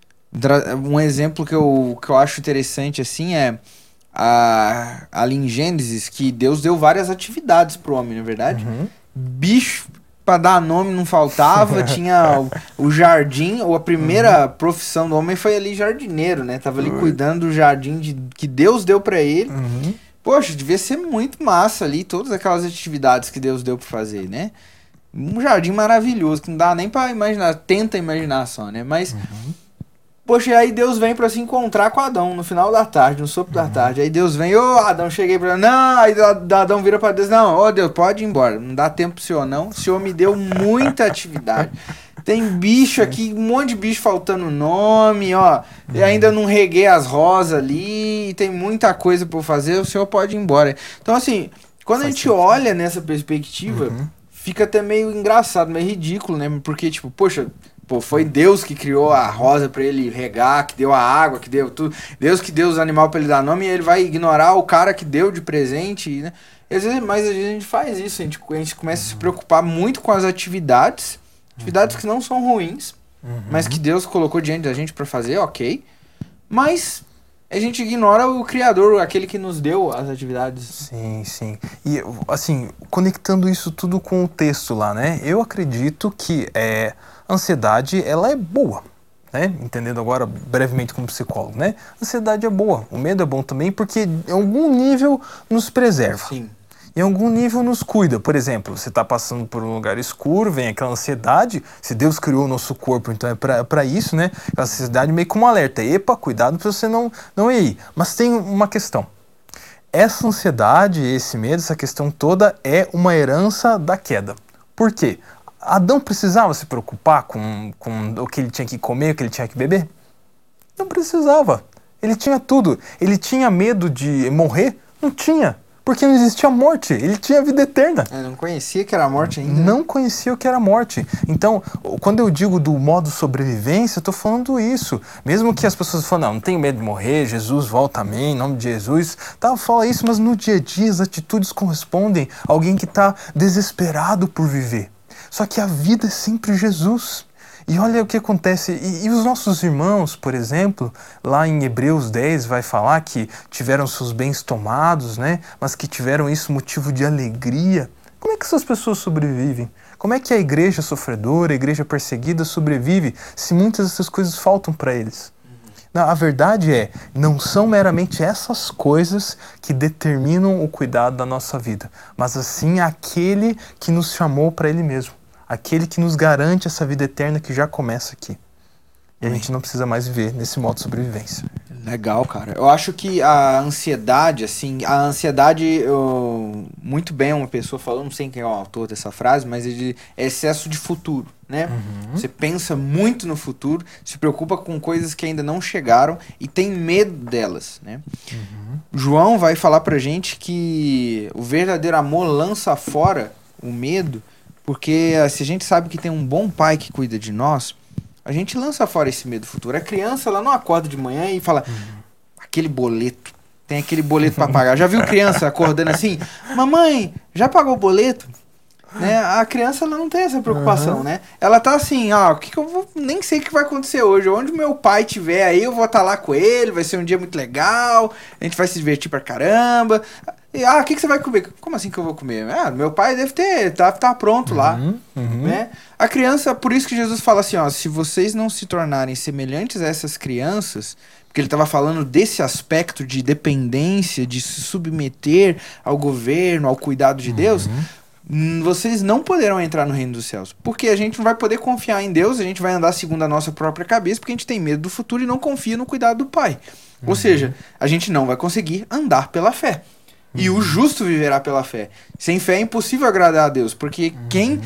um exemplo que eu, que eu acho interessante, assim, é a, ali em Gênesis, que Deus deu várias atividades pro homem, não é verdade? Uhum. Bicho... para dar nome não faltava, tinha o, o jardim, ou a primeira uhum. profissão do homem foi ali jardineiro, né? Tava ali uhum. cuidando do jardim de, que Deus deu para ele. Uhum. Poxa, devia ser muito massa ali, todas aquelas atividades que Deus deu para fazer, né? Um jardim maravilhoso, que não dá nem para imaginar, tenta imaginar só, né? Mas, uhum. poxa, aí Deus vem para se encontrar com Adão no final da tarde, no sopro uhum. da tarde. Aí Deus vem, ô Adão, cheguei pra... Não, aí Adão vira pra Deus, não, ô Deus, pode ir embora, não dá tempo pro senhor não. O senhor me deu muita atividade. Tem bicho aqui, um monte de bicho faltando nome, ó. E ainda não reguei as rosas ali, tem muita coisa pra eu fazer, o senhor pode ir embora. Então, assim, quando Faz a gente sentido. olha nessa perspectiva, uhum. fica até meio engraçado, meio ridículo, né? Porque, tipo, poxa... Pô, foi Deus que criou a rosa pra ele regar, que deu a água, que deu tudo. Deus que deu os animais pra ele dar nome, e ele vai ignorar o cara que deu de presente, né? Às vezes, mas às vezes a gente faz isso, a gente, a gente começa a se preocupar muito com as atividades, atividades que não são ruins, uhum. mas que Deus colocou diante da gente pra fazer, ok. Mas A gente ignora o Criador, aquele que nos deu as atividades. Sim, sim. E, assim, conectando isso tudo com o texto lá, né? Eu acredito que é, a ansiedade, ela é boa, né? Entendendo agora brevemente como psicólogo, né? A ansiedade é boa, o medo é bom também, porque em algum nível nos preserva. Sim. Em algum nível nos cuida. Por exemplo, você está passando por um lugar escuro, vem aquela ansiedade. Se Deus criou o nosso corpo, então é para isso, né? Aquela ansiedade meio como um alerta. Epa, cuidado para você não, não ir. Mas tem uma questão. Essa ansiedade, esse medo, essa questão toda é uma herança da queda. Por quê? Adão precisava se preocupar com, com o que ele tinha que comer, o que ele tinha que beber? Não precisava. Ele tinha tudo. Ele tinha medo de morrer? Não tinha. Porque não existia morte, ele tinha vida eterna. Eu não conhecia que era morte ainda. Não conhecia o que era morte. Então, quando eu digo do modo sobrevivência, eu estou falando isso. Mesmo que as pessoas falam, não, não tenho medo de morrer, Jesus volta, amém, em nome de Jesus. Tá, fala isso, mas no dia a dia as atitudes correspondem a alguém que está desesperado por viver. Só que a vida é sempre Jesus. E olha o que acontece, e, e os nossos irmãos, por exemplo, lá em Hebreus dez vai falar que tiveram seus bens tomados, né? Mas que tiveram isso motivo de alegria. Como é que essas pessoas sobrevivem? Como é que a igreja sofredora, a igreja perseguida sobrevive se muitas dessas coisas faltam para eles? Não, a verdade é, não são meramente essas coisas que determinam o cuidado da nossa vida, mas assim aquele que nos chamou para ele mesmo. Aquele que nos garante essa vida eterna que já começa aqui. E a gente não precisa mais viver nesse modo de sobrevivência. Legal, cara. Eu acho que a ansiedade, assim, a ansiedade, eu, muito bem uma pessoa falou, não sei quem é o autor dessa frase, mas ele é excesso de futuro, né? Uhum. Você pensa muito no futuro, se preocupa com coisas que ainda não chegaram e tem medo delas, né? Uhum. João vai falar pra gente que o verdadeiro amor lança fora o medo. Porque se a gente sabe que tem um bom pai que cuida de nós, a gente lança fora esse medo futuro. A criança, ela não acorda de manhã e fala, uhum. aquele boleto, tem aquele boleto para pagar. Já viu criança acordando assim? Mamãe, já pagou o boleto? Né? A criança, ela não tem essa preocupação, uhum. né? Ela tá assim, ó, o que, que eu vou, nem sei o que vai acontecer hoje. Onde meu pai estiver aí, eu vou estar lá com ele, vai ser um dia muito legal, a gente vai se divertir pra caramba. E, ah, o que, que você vai comer? Como assim que eu vou comer? Ah, meu pai deve ter, tá, tá pronto lá. Uhum, uhum. Né? A criança, por isso que Jesus fala assim, ó, se vocês não se tornarem semelhantes a essas crianças, porque ele estava falando desse aspecto de dependência, de se submeter ao governo, ao cuidado de Deus, uhum. vocês não poderão entrar no reino dos céus. Porque a gente não vai poder confiar em Deus, a gente vai andar segundo a nossa própria cabeça, porque a gente tem medo do futuro e não confia no cuidado do Pai. Uhum. Ou seja, a gente não vai conseguir andar pela fé. E o justo viverá pela fé. Sem fé é impossível agradar a Deus, porque uhum. quem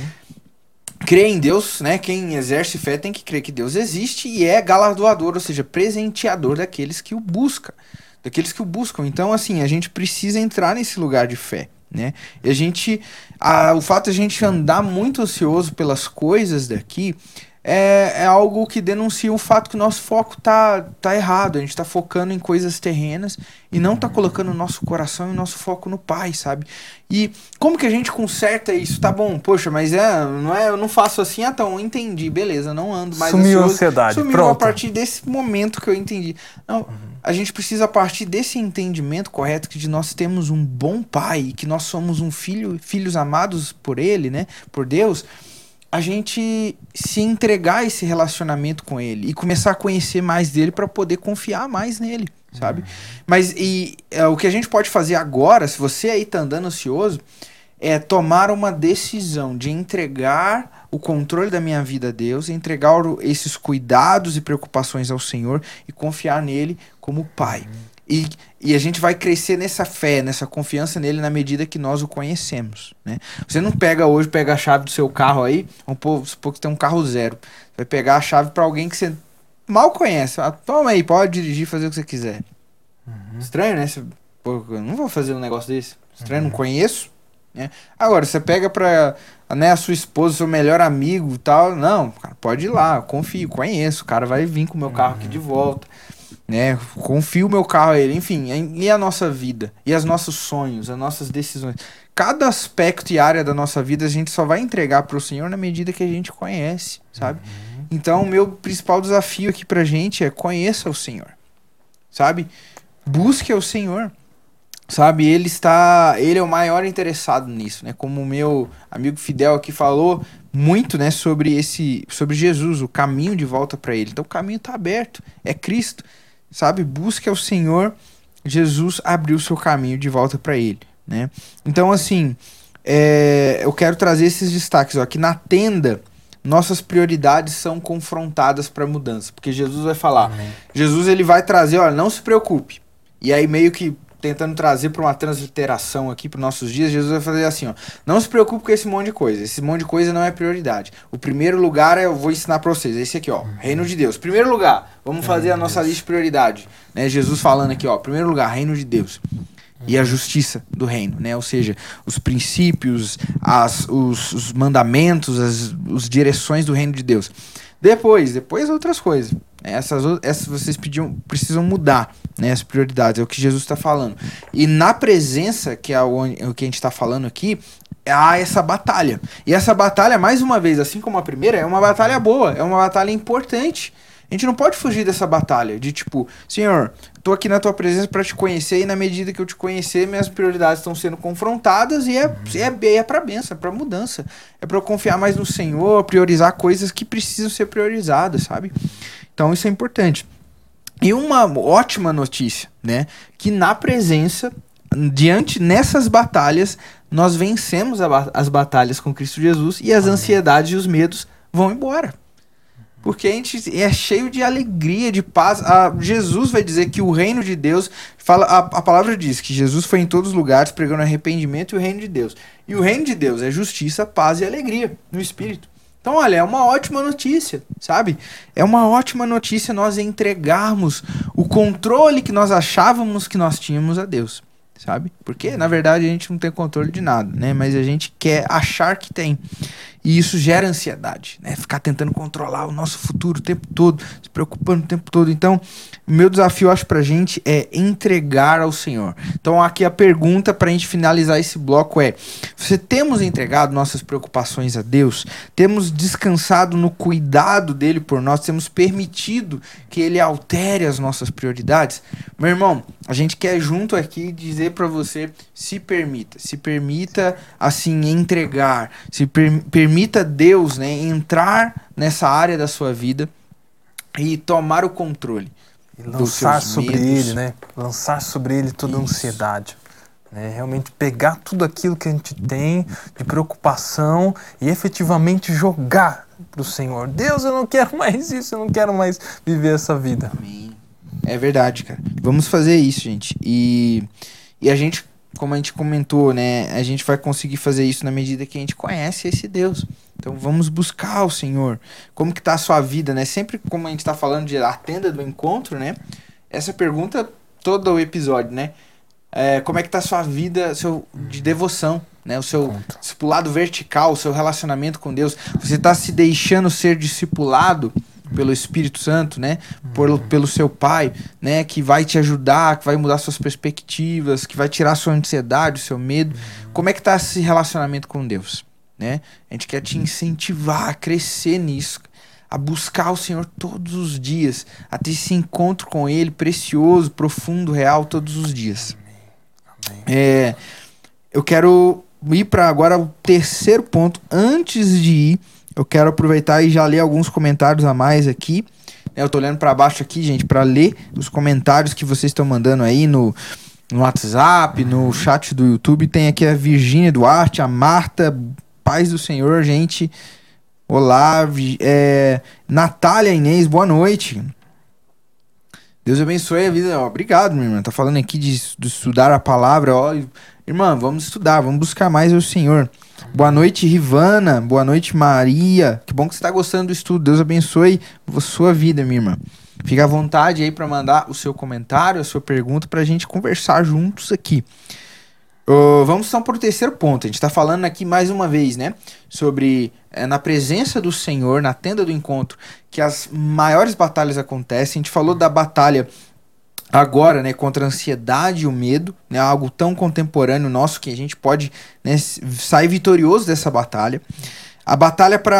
crê em Deus, né, quem exerce fé tem que crer que Deus existe e é galardoador, ou seja, presenteador daqueles que o buscam, daqueles que o buscam. Então, assim, a gente precisa entrar nesse lugar de fé, né? E a gente, a, o fato de a gente andar muito ansioso pelas coisas daqui É, é algo que denuncia o fato que o nosso foco tá, tá errado. A gente tá focando em coisas terrenas e não tá colocando o nosso coração e o nosso foco no Pai, sabe? E como que a gente conserta isso? Tá bom, poxa, mas é, não é, eu não faço assim, ah, então, eu entendi, beleza, não ando mais Sumiu ansioso. a ansiedade, Sumiu pronto. a partir desse momento que eu entendi. Não, uhum. a gente precisa, a partir desse entendimento correto, que de nós temos um bom Pai, que nós somos um filho, filhos amados por Ele, né, por Deus, a gente se entregar a esse relacionamento com ele e começar a conhecer mais dele para poder confiar mais nele, sabe? Uhum. Mas e, é, o que a gente pode fazer agora, se você aí tá andando ansioso, é tomar uma decisão de entregar o controle da minha vida a Deus, entregar esses cuidados e preocupações ao Senhor e confiar nele como Pai. Uhum. E, e a gente vai crescer nessa fé, nessa confiança nele na medida que nós o conhecemos, né? Você não pega hoje, pega a chave do seu carro aí, vamos supor que você tem um carro zero. Você vai pegar a chave para alguém que você mal conhece. Ah, toma aí, pode dirigir, fazer o que você quiser. Uhum. Estranho, né? Você, pô, eu não vou fazer um negócio desse. Estranho, uhum. não conheço. Né? Agora, você pega pra, né, a sua esposa, seu melhor amigo e tal. Não, cara, pode ir lá, eu confio, conheço. O cara vai vir com o meu carro aqui de volta. Né? Confio o meu carro a ele, enfim, e a nossa vida, e os nossos sonhos, as nossas decisões. Cada aspecto e área da nossa vida a gente só vai entregar para o Senhor na medida que a gente conhece, sabe? Uhum. Então, o meu principal desafio aqui pra gente é conheça o Senhor, sabe? busque ao Senhor. Sabe, ele está, ele é o maior interessado nisso, né? Como o meu amigo Fidel aqui falou muito, né, sobre esse, sobre Jesus, o caminho de volta para ele. Então o caminho está aberto, é Cristo, sabe? Busque ao Senhor, Jesus abriu o seu caminho de volta para ele, né? Então assim, é, eu quero trazer esses destaques, ó, que na tenda nossas prioridades são confrontadas para mudança, porque Jesus vai falar, Amém. Jesus ele vai trazer, ó, não se preocupe. E aí meio que tentando trazer para uma transliteração aqui para os nossos dias, Jesus vai fazer assim, ó, não se preocupe com esse monte de coisa, esse monte de coisa não é prioridade. O primeiro lugar é, eu vou ensinar para vocês, esse aqui, ó, Reino de Deus. Primeiro lugar, vamos fazer a nossa lista de prioridade, né? Jesus falando aqui, ó, primeiro lugar, Reino de Deus e a justiça do reino, né? Ou seja, os princípios, as, os, os mandamentos, as os direções do reino de Deus. Depois, depois outras coisas. Essas, essas vocês pediam, precisam mudar, né, as prioridades, é o que Jesus está falando. E na presença, que é o, o que a gente está falando aqui, há essa batalha. E essa batalha, mais uma vez, assim como a primeira, é uma batalha boa, é uma batalha importante. A gente não pode fugir dessa batalha, de tipo, Senhor, tô aqui na tua presença para te conhecer e na medida que eu te conhecer, minhas prioridades estão sendo confrontadas e é, uhum. é, é para bênção, é para mudança. É para eu confiar mais no Senhor, priorizar coisas que precisam ser priorizadas, sabe? Então isso é importante. E uma ótima notícia, né? Que na presença, diante nessas batalhas, nós vencemos a, as batalhas com Cristo Jesus e as Amém. Ansiedades e os medos vão embora. Porque a gente é cheio de alegria, de paz. A, Jesus vai dizer que o reino de Deus, fala, a, a palavra diz que Jesus foi em todos os lugares pregando arrependimento e o reino de Deus. E o reino de Deus é justiça, paz e alegria no Espírito. Então, olha, é uma ótima notícia, sabe? É uma ótima notícia nós entregarmos o controle que nós achávamos que nós tínhamos a Deus, sabe? Porque, na verdade, a gente não tem controle de nada, né? Mas a gente quer achar que tem. E isso gera ansiedade, né? Ficar tentando controlar o nosso futuro o tempo todo, se preocupando o tempo todo. Então, o meu desafio, acho, pra gente é entregar ao Senhor. Então, aqui a pergunta pra gente finalizar esse bloco é: você temos entregado nossas preocupações a Deus? Temos descansado no cuidado dele por nós? Temos permitido que ele altere as nossas prioridades? Meu irmão, a gente quer junto aqui dizer pra você, se permita, se permita, assim, entregar, se per permita Deus, né, entrar nessa área da sua vida e tomar o controle. E lançar sobre medos. ele, né, lançar sobre ele toda a ansiedade. Né, realmente pegar tudo aquilo que a gente tem de preocupação e efetivamente jogar para o Senhor. Deus, eu não quero mais isso, eu não quero mais viver essa vida. Amém. É verdade, cara. Vamos fazer isso, gente. E, e a gente, como a gente comentou, né, a gente vai conseguir fazer isso na medida que a gente conhece esse Deus. Então vamos buscar o Senhor. Como que tá a sua vida, né? Sempre como a gente tá falando de a tenda do encontro, né? Essa pergunta todo o episódio, né? É, como é que tá a sua vida seu, de devoção, né? O seu discipulado vertical, o seu relacionamento com Deus. Você tá se deixando ser discipulado pelo Espírito Santo, né? Por, uhum. Pelo seu Pai, né? Que vai te ajudar, que vai mudar suas perspectivas, que vai tirar sua ansiedade, o seu medo. Uhum. Como é que tá esse relacionamento com Deus, né? A gente quer te incentivar a crescer nisso, a buscar o Senhor todos os dias, a ter esse encontro com Ele precioso, profundo, real, todos os dias. Amém. Amém. É, eu quero ir para agora o terceiro ponto. Antes de ir, eu quero aproveitar e já ler alguns comentários a mais aqui. Eu tô olhando para baixo aqui, gente, para ler os comentários que vocês estão mandando aí no, no WhatsApp, no chat do YouTube. Tem aqui a Virgínia Duarte, a Marta, paz do Senhor, gente. Olá, é, Natália Inês, boa noite. Deus abençoe a vida. Ó, obrigado, minha irmã. Tá falando aqui de, de estudar a palavra. Ó, irmã, vamos estudar, vamos buscar mais o Senhor. Boa noite, Rivana. Boa noite, Maria. Que bom que você está gostando do estudo. Deus abençoe a sua vida, minha irmã. Fica à vontade aí para mandar o seu comentário, a sua pergunta, para a gente conversar juntos aqui. Uh, vamos então para o terceiro ponto. A gente está falando aqui mais uma vez, né? Sobre é, na presença do Senhor, na tenda do encontro, que as maiores batalhas acontecem. A gente falou da batalha agora, né, contra a ansiedade e o medo, né, algo tão contemporâneo nosso que a gente pode, né, sair vitorioso dessa batalha. A batalha para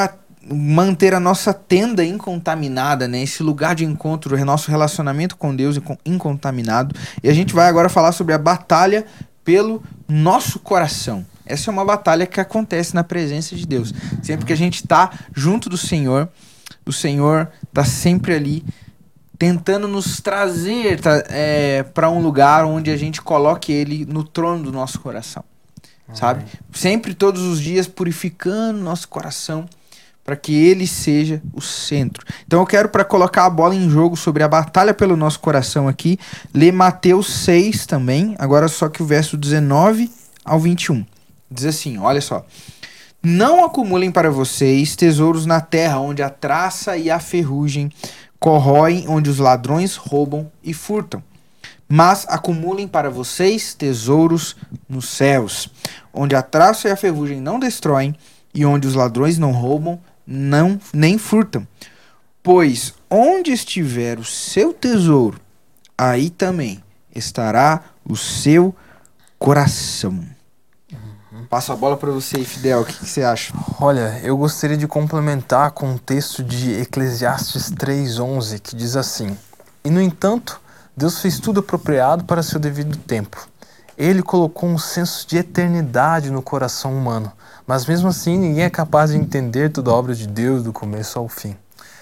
manter a nossa tenda incontaminada, né? Esse lugar de encontro, o nosso relacionamento com Deus incontaminado. E a gente vai agora falar sobre a batalha pelo nosso coração. Essa é uma batalha que acontece na presença de Deus. Sempre que a gente está junto do Senhor, o Senhor está sempre ali tentando nos trazer tá, é, para um lugar onde a gente coloque Ele no trono do nosso coração. Sabe? Sempre, todos os dias, purificando nosso coração para que Ele seja o centro. Então eu quero, para colocar a bola em jogo sobre a batalha pelo nosso coração aqui, ler Mateus seis também, agora só que o verso dezenove ao vinte e um. Diz assim, olha só. Não acumulem para vocês tesouros na terra, onde a traça e a ferrugem corroem, onde os ladrões roubam e furtam. Mas acumulem para vocês tesouros nos céus, onde a traça e a ferrugem não destroem, e onde os ladrões não roubam, não nem furtam. Pois onde estiver o seu tesouro, aí também estará o seu coração. Uhum. Passo a bola para você, Fidel. O que, que você acha? Olha, eu gostaria de complementar com o texto de Eclesiastes três, onze, que diz assim: E no entanto, Deus fez tudo apropriado para seu devido tempo. Ele colocou um senso de eternidade no coração humano, mas mesmo assim ninguém é capaz de entender toda a obra de Deus do começo ao fim.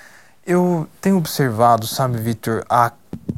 Eu tenho observado, sabe, Victor, a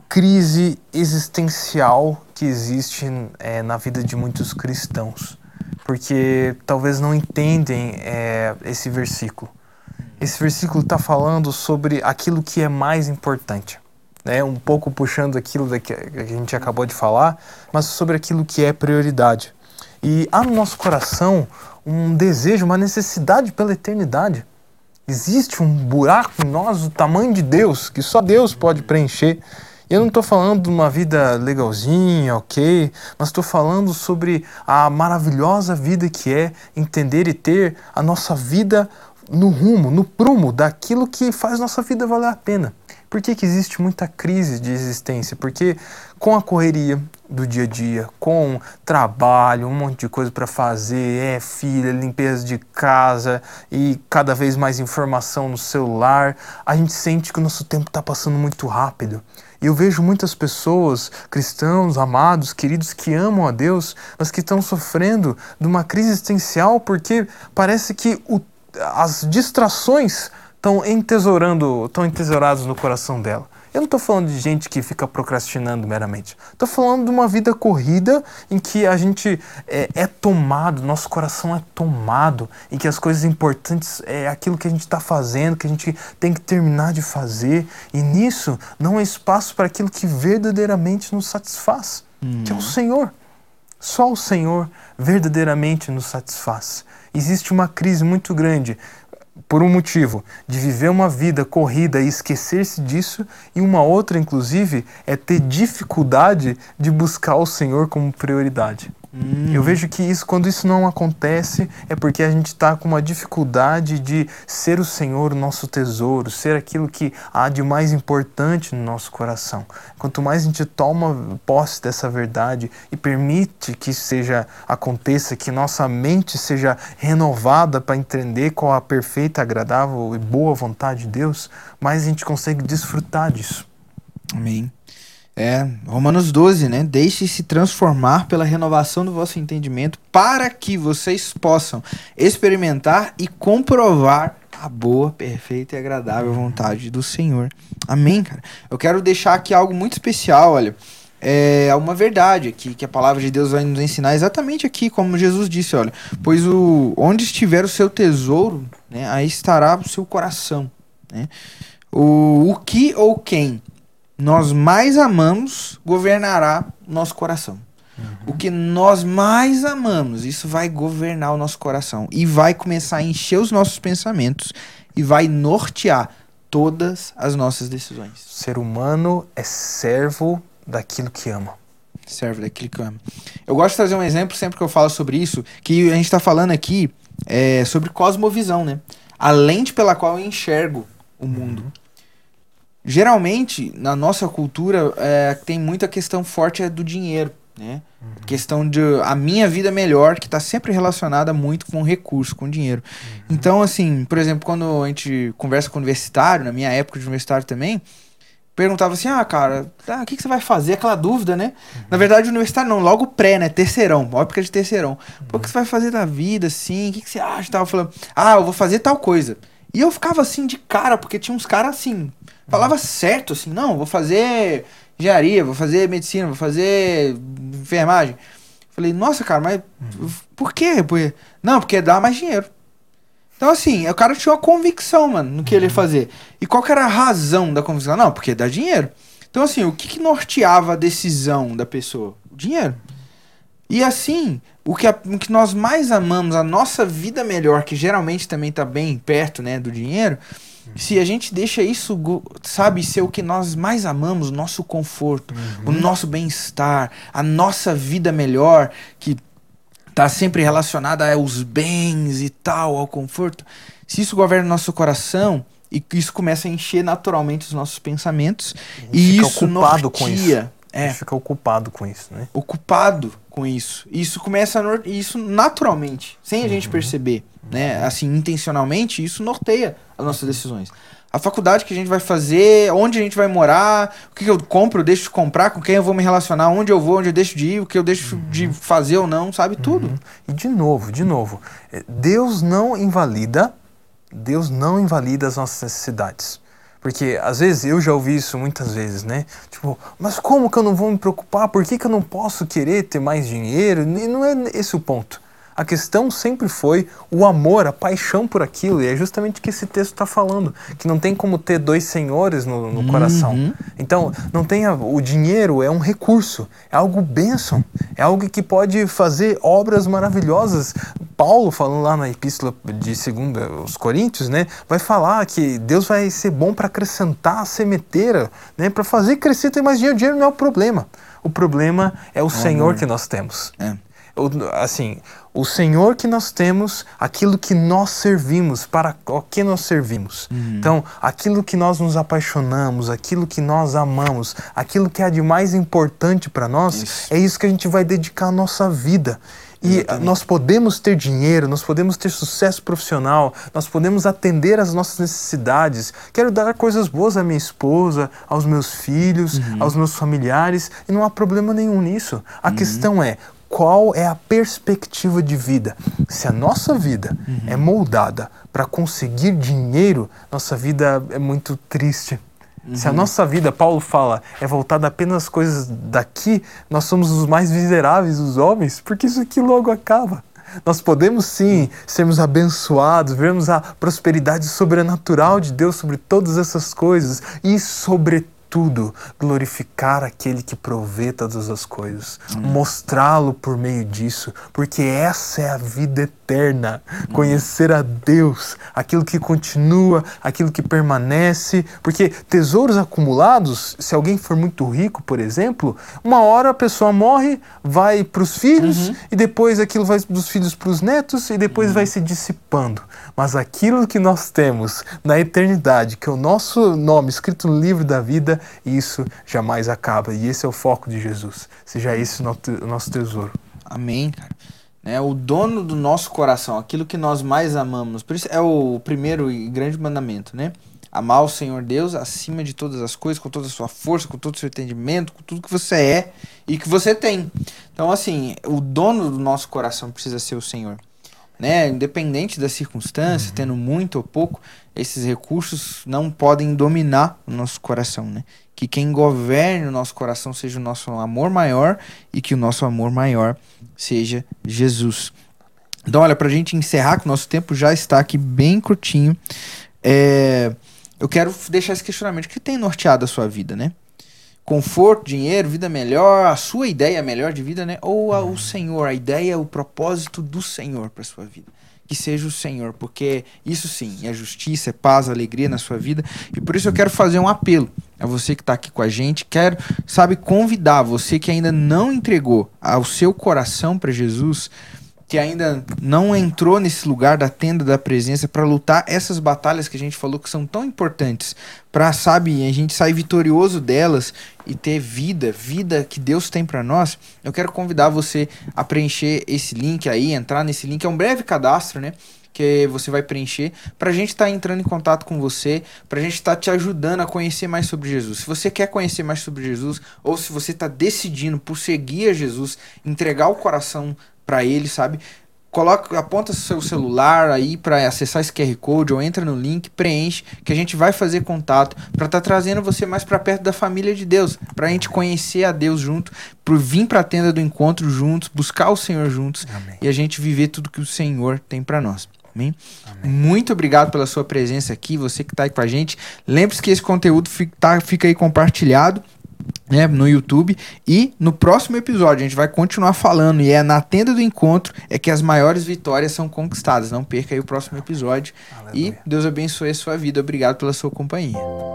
crise existencial que existe é, na vida de muitos cristãos, porque talvez não entendem é, esse versículo. Esse versículo está falando sobre aquilo que é mais importante. Né, um pouco puxando aquilo que a gente acabou de falar, mas sobre aquilo que é prioridade. E há no nosso coração um desejo, uma necessidade pela eternidade. Existe um buraco em nós do tamanho de Deus, que só Deus pode preencher. Eu não estou falando de uma vida legalzinha, ok, mas estou falando sobre a maravilhosa vida que é entender e ter a nossa vida no rumo, no prumo daquilo que faz nossa vida valer a pena. Por que que existe muita crise de existência? Porque com a correria do dia a dia, com trabalho, um monte de coisa para fazer, é filha, limpeza de casa e cada vez mais informação no celular, a gente sente que o nosso tempo está passando muito rápido. E eu vejo muitas pessoas, cristãos, amados, queridos, que amam a Deus, mas que estão sofrendo de uma crise existencial porque parece que o, as distrações estão entesourando, estão entesourados no coração dela. Eu não estou falando de gente que fica procrastinando meramente. Estou falando de uma vida corrida em que a gente é, é tomado, nosso coração é tomado, em que as coisas importantes é aquilo que a gente está fazendo, que a gente tem que terminar de fazer. E nisso não há espaço para aquilo que verdadeiramente nos satisfaz, hum. que é o Senhor. Só o Senhor verdadeiramente nos satisfaz. Existe uma crise muito grande por um motivo, de viver uma vida corrida e esquecer-se disso, e uma outra, inclusive, é ter dificuldade de buscar o Senhor como prioridade. Hum. Eu vejo que isso, quando isso não acontece, é porque a gente está com uma dificuldade de ser o Senhor o nosso tesouro, ser aquilo que há de mais importante no nosso coração. Quanto mais a gente toma posse dessa verdade e permite que isso seja, aconteça, que nossa mente seja renovada para entender qual a perfeita, agradável e boa vontade de Deus, mais a gente consegue desfrutar disso. Amém. É, Romanos doze, né? Deixe-se transformar pela renovação do vosso entendimento para que vocês possam experimentar e comprovar a boa, perfeita e agradável vontade do Senhor. Amém, cara? Eu quero deixar aqui algo muito especial, olha. É uma verdade aqui, que a palavra de Deus vai nos ensinar exatamente aqui, como Jesus disse, olha. Pois o, onde estiver o seu tesouro, né, aí estará o seu coração, né? O, o que ou quem nós mais amamos governará o nosso coração. Uhum. O que nós mais amamos, isso vai governar o nosso coração e vai começar a encher os nossos pensamentos e vai nortear todas as nossas decisões. O ser humano é servo daquilo que ama. Servo daquilo que ama. Eu gosto de trazer um exemplo sempre que eu falo sobre isso, que a gente está falando aqui é, sobre cosmovisão, né? A lente pela qual eu enxergo o mundo. Uhum. Geralmente, na nossa cultura, é, tem muita questão forte é do dinheiro, né? Uhum. Questão de a minha vida melhor, que está sempre relacionada muito com recurso, com dinheiro. Uhum. Então, assim, por exemplo, quando a gente conversa com o universitário, na minha época de universitário também, perguntava assim, ah, cara, tá, o que, que você vai fazer? Aquela dúvida, né? Uhum. Na verdade, universitário não, logo pré, né? Terceirão, época de terceirão. Uhum. Pô, o que você vai fazer da vida, assim? O que, que você acha? Tava falando, ah, eu vou fazer tal coisa. E eu ficava assim de cara, porque tinha uns caras assim, falava uhum. certo, assim, não, vou fazer engenharia, vou fazer medicina, vou fazer enfermagem. Falei, nossa, cara, mas uhum. por quê? Porque... Não, porque dá mais dinheiro. Então, assim, o cara tinha uma convicção, mano, no que uhum. ele ia fazer. E qual que era a razão da convicção? Não, porque dá dinheiro. Então, assim, o que, que norteava a decisão da pessoa? O dinheiro. E, assim, o que, a, o que nós mais amamos, a nossa vida melhor, que geralmente também tá bem perto, né, do dinheiro, uhum. se a gente deixa isso, sabe, ser o que nós mais amamos, o nosso conforto, uhum. o nosso bem-estar, a nossa vida melhor, que tá sempre relacionada aos bens e tal, ao conforto. Se isso governa o nosso coração e isso começa a encher naturalmente os nossos pensamentos e fica isso ocupado norteia, com isso. É, a gente fica ocupado com isso, né? Ocupado com isso. Isso começa a norte... isso naturalmente, sem a uhum. gente perceber, uhum. né? Assim, intencionalmente, isso norteia as nossas decisões. A faculdade que a gente vai fazer, onde a gente vai morar, o que eu compro, eu deixo de comprar, com quem eu vou me relacionar, onde eu vou, onde eu deixo de ir, o que eu deixo uhum. de fazer ou não, sabe? Uhum. Tudo. E de novo, de novo, Deus não invalida, Deus não invalida as nossas necessidades. Porque, às vezes, eu já ouvi isso muitas vezes, né? Tipo, mas como que eu não vou me preocupar? Por que que eu não posso querer ter mais dinheiro? E não é esse o ponto. A questão sempre foi o amor, a paixão por aquilo. E é justamente o que esse texto está falando. Que não tem como ter dois senhores no, no uhum. coração. Então, não tem a, o dinheiro é um recurso. É algo bênção. É algo que pode fazer obras maravilhosas. Paulo, falando lá na epístola de segunda aos Coríntios, né, vai falar que Deus vai ser bom para acrescentar a sementeira, né, para fazer crescer, ter mais dinheiro. O dinheiro não é o problema. O problema é o uhum. Senhor que nós temos. É. O, assim, o Senhor que nós temos, aquilo que nós servimos, para o que nós servimos. Uhum. Então, aquilo que nós nos apaixonamos, aquilo que nós amamos, aquilo que é de mais importante para nós, isso. é isso que a gente vai dedicar a nossa vida. E Exatamente. Nós podemos ter dinheiro, nós podemos ter sucesso profissional, nós podemos atender às nossas necessidades. Quero dar coisas boas à minha esposa, aos meus filhos, uhum. aos meus familiares, e não há problema nenhum nisso. A uhum. questão é, qual é a perspectiva de vida? Se a nossa vida uhum. é moldada para conseguir dinheiro, nossa vida é muito triste. Uhum. Se a nossa vida, Paulo fala, é voltada apenas às coisas daqui, nós somos os mais miseráveis dos homens, porque isso aqui logo acaba. Nós podemos sim sermos abençoados, vermos a prosperidade sobrenatural de Deus sobre todas essas coisas e, sobretudo, tudo, glorificar aquele que provê todas as coisas, hum. mostrá-lo por meio disso, porque essa é a vida eterna, hum. conhecer a Deus, aquilo que continua, aquilo que permanece, porque tesouros acumulados, se alguém for muito rico, por exemplo, uma hora a pessoa morre, vai para os filhos, uhum. e depois aquilo vai dos filhos para os netos, e depois uhum. vai se dissipando. Mas aquilo que nós temos na eternidade, que é o nosso nome escrito no livro da vida, isso jamais acaba. E esse é o foco de Jesus. Seja esse o nosso tesouro. Amém, cara. É o dono do nosso coração, aquilo que nós mais amamos. Por isso é o primeiro e grande mandamento, né? Amar o Senhor Deus acima de todas as coisas, com toda a sua força, com todo o seu entendimento, com tudo que você é e que você tem. Então, assim, o dono do nosso coração precisa ser o Senhor. Né? Independente da circunstância, uhum. tendo muito ou pouco, esses recursos não podem dominar o nosso coração, né? Que quem governe o nosso coração seja o nosso amor maior e que o nosso amor maior seja Jesus. Então, olha, pra gente encerrar, que o nosso tempo já está aqui bem curtinho, é... eu quero deixar esse questionamento. O que tem norteado a sua vida, né? Conforto, dinheiro, vida melhor, a sua ideia melhor de vida, né? Ou a, o Senhor, a ideia, o propósito do Senhor para sua vida. Que seja o Senhor, porque isso sim é justiça, é paz, alegria na sua vida. E por isso eu quero fazer um apelo a você que está aqui com a gente. Quero, sabe, convidar você que ainda não entregou ao seu coração para Jesus, que ainda não entrou nesse lugar da tenda da presença para lutar essas batalhas que a gente falou que são tão importantes para, sabe, a gente sair vitorioso delas e ter vida, vida que Deus tem para nós, eu quero convidar você a preencher esse link aí, entrar nesse link, é um breve cadastro, né? Que você vai preencher pra gente estar tá entrando em contato com você, pra gente estar tá te ajudando a conhecer mais sobre Jesus. Se você quer conhecer mais sobre Jesus, ou se você tá decidindo por seguir a Jesus, entregar o coração pra ele, sabe? Coloca, aponta seu celular aí para acessar esse Q R Code ou entra no link, preenche, que a gente vai fazer contato para estar tá trazendo você mais para perto da família de Deus, para a gente conhecer a Deus junto, por vir para a tenda do encontro juntos, buscar o Senhor juntos. Amém. E a gente viver tudo que o Senhor tem para nós. Amém? Amém. Muito obrigado pela sua presença aqui, você que está aí com a gente. Lembre-se que esse conteúdo fica, tá, fica aí compartilhado, né, no YouTube, e no próximo episódio a gente vai continuar falando, e é na tenda do encontro é que as maiores vitórias são conquistadas. Não perca aí o próximo episódio. Aleluia. E Deus abençoe a sua vida. Obrigado pela sua companhia.